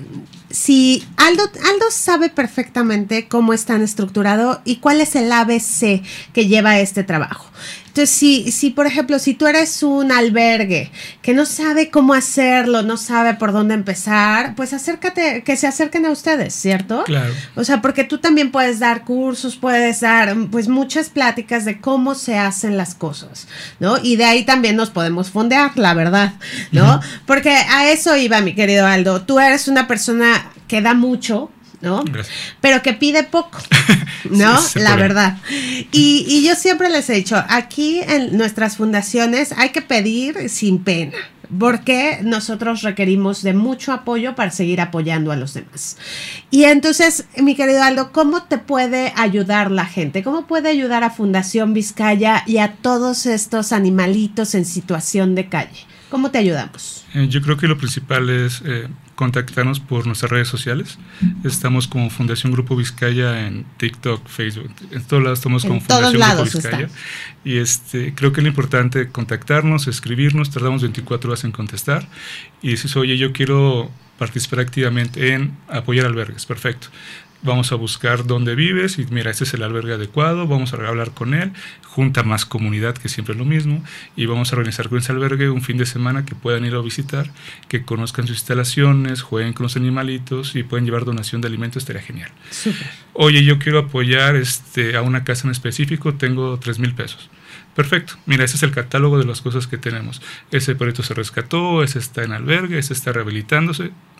si Aldo, Aldo sabe perfectamente cómo están estructurados y cuál es el A B C que lleva este trabajo. Entonces, si, si por ejemplo, si tú eres un albergue que no sabe cómo hacerlo, no sabe por dónde empezar, pues acércate, que se acerquen a ustedes, ¿cierto? Claro. O sea, porque tú también puedes dar cursos, puedes dar pues muchas pláticas de cómo se hacen las cosas, ¿no? Y de ahí también nos podemos fondear, la verdad, ¿no? Uh-huh. Porque a eso iba, mi querido Aldo. Tú eres una persona que da mucho, ¿no? Gracias. Pero que pide poco, ¿no? Sí, la verdad. Y, y yo siempre les he dicho, aquí en nuestras fundaciones hay que pedir sin pena, porque nosotros requerimos de mucho apoyo para seguir apoyando a los demás. Y entonces, mi querido Aldo, ¿cómo te puede ayudar la gente? ¿Cómo puede ayudar a Fundación Vizcaya y a todos estos animalitos en situación de calle? ¿Cómo te ayudamos? Eh, yo creo que lo principal es eh, contactarnos por nuestras redes sociales. Estamos como Fundación Grupo Vizcaya en TikTok, Facebook, en todos lados estamos como Fundación Grupo Vizcaya. Está. Y este, creo que es lo importante contactarnos, escribirnos, tardamos veinticuatro horas en contestar y dices, oye, yo quiero participar activamente en apoyar albergues, perfecto. Vamos a buscar dónde vives y mira, este es el albergue adecuado, vamos a hablar con él, junta más comunidad, que siempre es lo mismo, y vamos a organizar con ese albergue un fin de semana que puedan ir a visitar, que conozcan sus instalaciones, jueguen con los animalitos y pueden llevar donación de alimentos, estaría genial. Súper. Oye, yo quiero apoyar este, a una casa en específico, tengo tres mil pesos. Perfecto, mira, ese es el catálogo de las cosas que tenemos. Ese perrito se rescató, ese está en albergue, ese está rehabilitándose.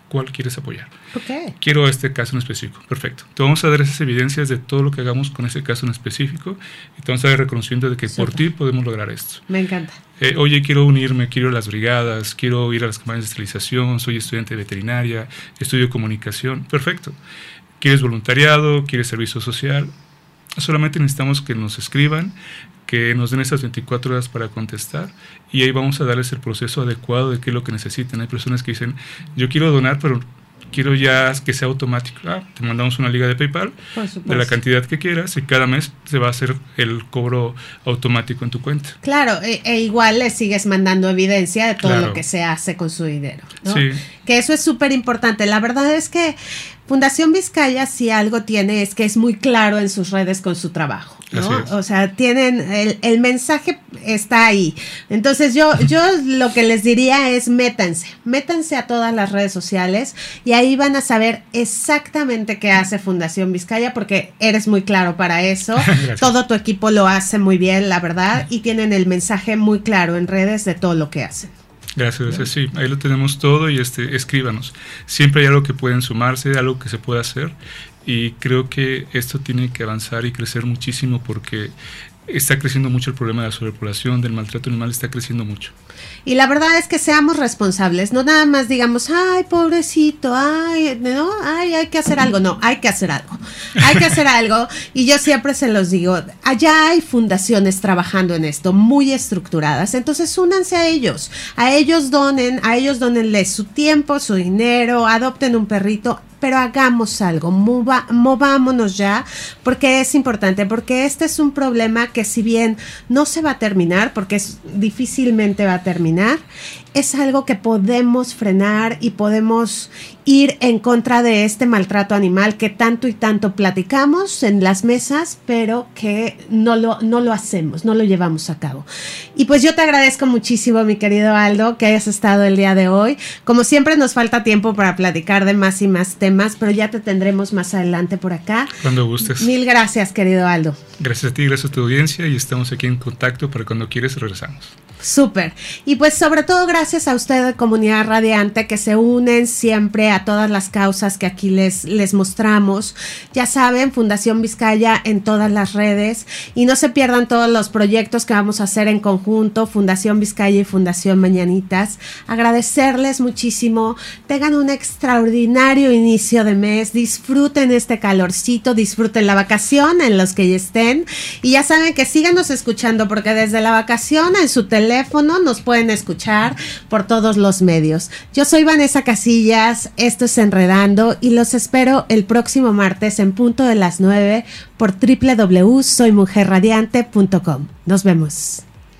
¿Cuál quieres apoyar? Okay. Quiero este caso en específico. Perfecto. Te vamos a dar esas evidencias de todo lo que hagamos con ese caso en específico y te vamos a dar el reconocimiento de que Super. Por ti podemos lograr esto. Me encanta. Eh, oye, quiero unirme, quiero ir a las brigadas, quiero ir a las campañas de esterilización, soy estudiante de veterinaria, estudio comunicación. Perfecto. ¿Quieres voluntariado? ¿Quieres servicio social? Solamente necesitamos que nos escriban, que nos den esas veinticuatro horas para contestar y ahí vamos a darles el proceso adecuado de qué es lo que necesitan. Hay personas que dicen, yo quiero donar, pero quiero ya que sea automático. Ah, te mandamos una liga de PayPal de la cantidad que quieras y cada mes se va a hacer el cobro automático en tu cuenta. Claro, e, e igual le sigues mandando evidencia de todo claro. lo que se hace con su dinero, ¿no? Sí. Que eso es súper importante. La verdad es que Fundación Vizcaya, si algo tiene, es que es muy claro en sus redes con su trabajo, ¿no? O sea, tienen, el, el mensaje está ahí. Entonces yo, yo lo que les diría es métanse, métanse a todas las redes sociales y ahí van a saber exactamente qué hace Fundación Vizcaya, porque eres muy claro para eso. Todo tu equipo lo hace muy bien, la verdad, y tienen el mensaje muy claro en redes de todo lo que hacen. Gracias, gracias, sí, ahí lo tenemos todo y este, escríbanos. Siempre hay algo que pueden sumarse, algo que se puede hacer y creo que esto tiene que avanzar y crecer muchísimo porque está creciendo mucho el problema de la sobrepoblación, del maltrato animal, está creciendo mucho. Y la verdad es que seamos responsables, no nada más digamos, ay, pobrecito, ay, no, ay, hay que hacer algo. No, hay que hacer algo, hay que hacer algo. Y yo siempre se los digo, allá hay fundaciones trabajando en esto, muy estructuradas, entonces únanse a ellos, a ellos donen, a ellos donenles su tiempo, su dinero, adopten un perrito, pero hagamos algo, mova, movámonos ya, porque es importante, porque este es un problema que si bien no se va a terminar, porque es, difícilmente va a terminar, es algo que podemos frenar y podemos ir en contra de este maltrato animal que tanto y tanto platicamos en las mesas, pero que no lo, no lo hacemos, no lo llevamos a cabo. Y pues yo te agradezco muchísimo, mi querido Aldo, que hayas estado el día de hoy. Como siempre nos falta tiempo para platicar de más y más temas, pero ya te tendremos más adelante por acá. Cuando gustes. Mil gracias, querido Aldo. Gracias a ti, gracias a tu audiencia y estamos aquí en contacto para cuando quieres regresamos. Súper. Y pues sobre todo gracias a ustedes, comunidad radiante, que se unen siempre a todas las causas que aquí les, les mostramos. Ya saben, Fundación Vizcaya en todas las redes y no se pierdan todos los proyectos que vamos a hacer en conjunto, Fundación Vizcaya y Fundación Mañanitas. Agradecerles muchísimo. Tengan un extraordinario inicio de mes. Disfruten este calorcito, disfruten la vacación en los que ya estén. Y ya saben que síganos escuchando porque desde la vacación en su teléfono teléfono nos pueden escuchar por todos los medios. Yo soy Vanessa Casillas, esto es Enredando y los espero el próximo martes en punto de las nueve por doble u doble u doble u punto soy mujer radiante punto com. Nos vemos.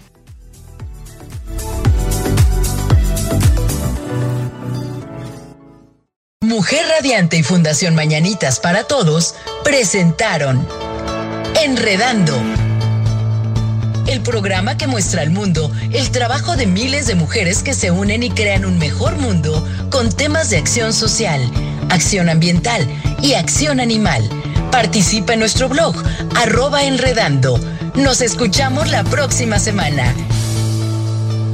Mujer Radiante y Fundación Mañanitas para Todos presentaron Enredando, el programa que muestra al mundo el trabajo de miles de mujeres que se unen y crean un mejor mundo con temas de acción social, acción ambiental y acción animal. Participa en nuestro blog, arroba Enredando. Nos escuchamos la próxima semana.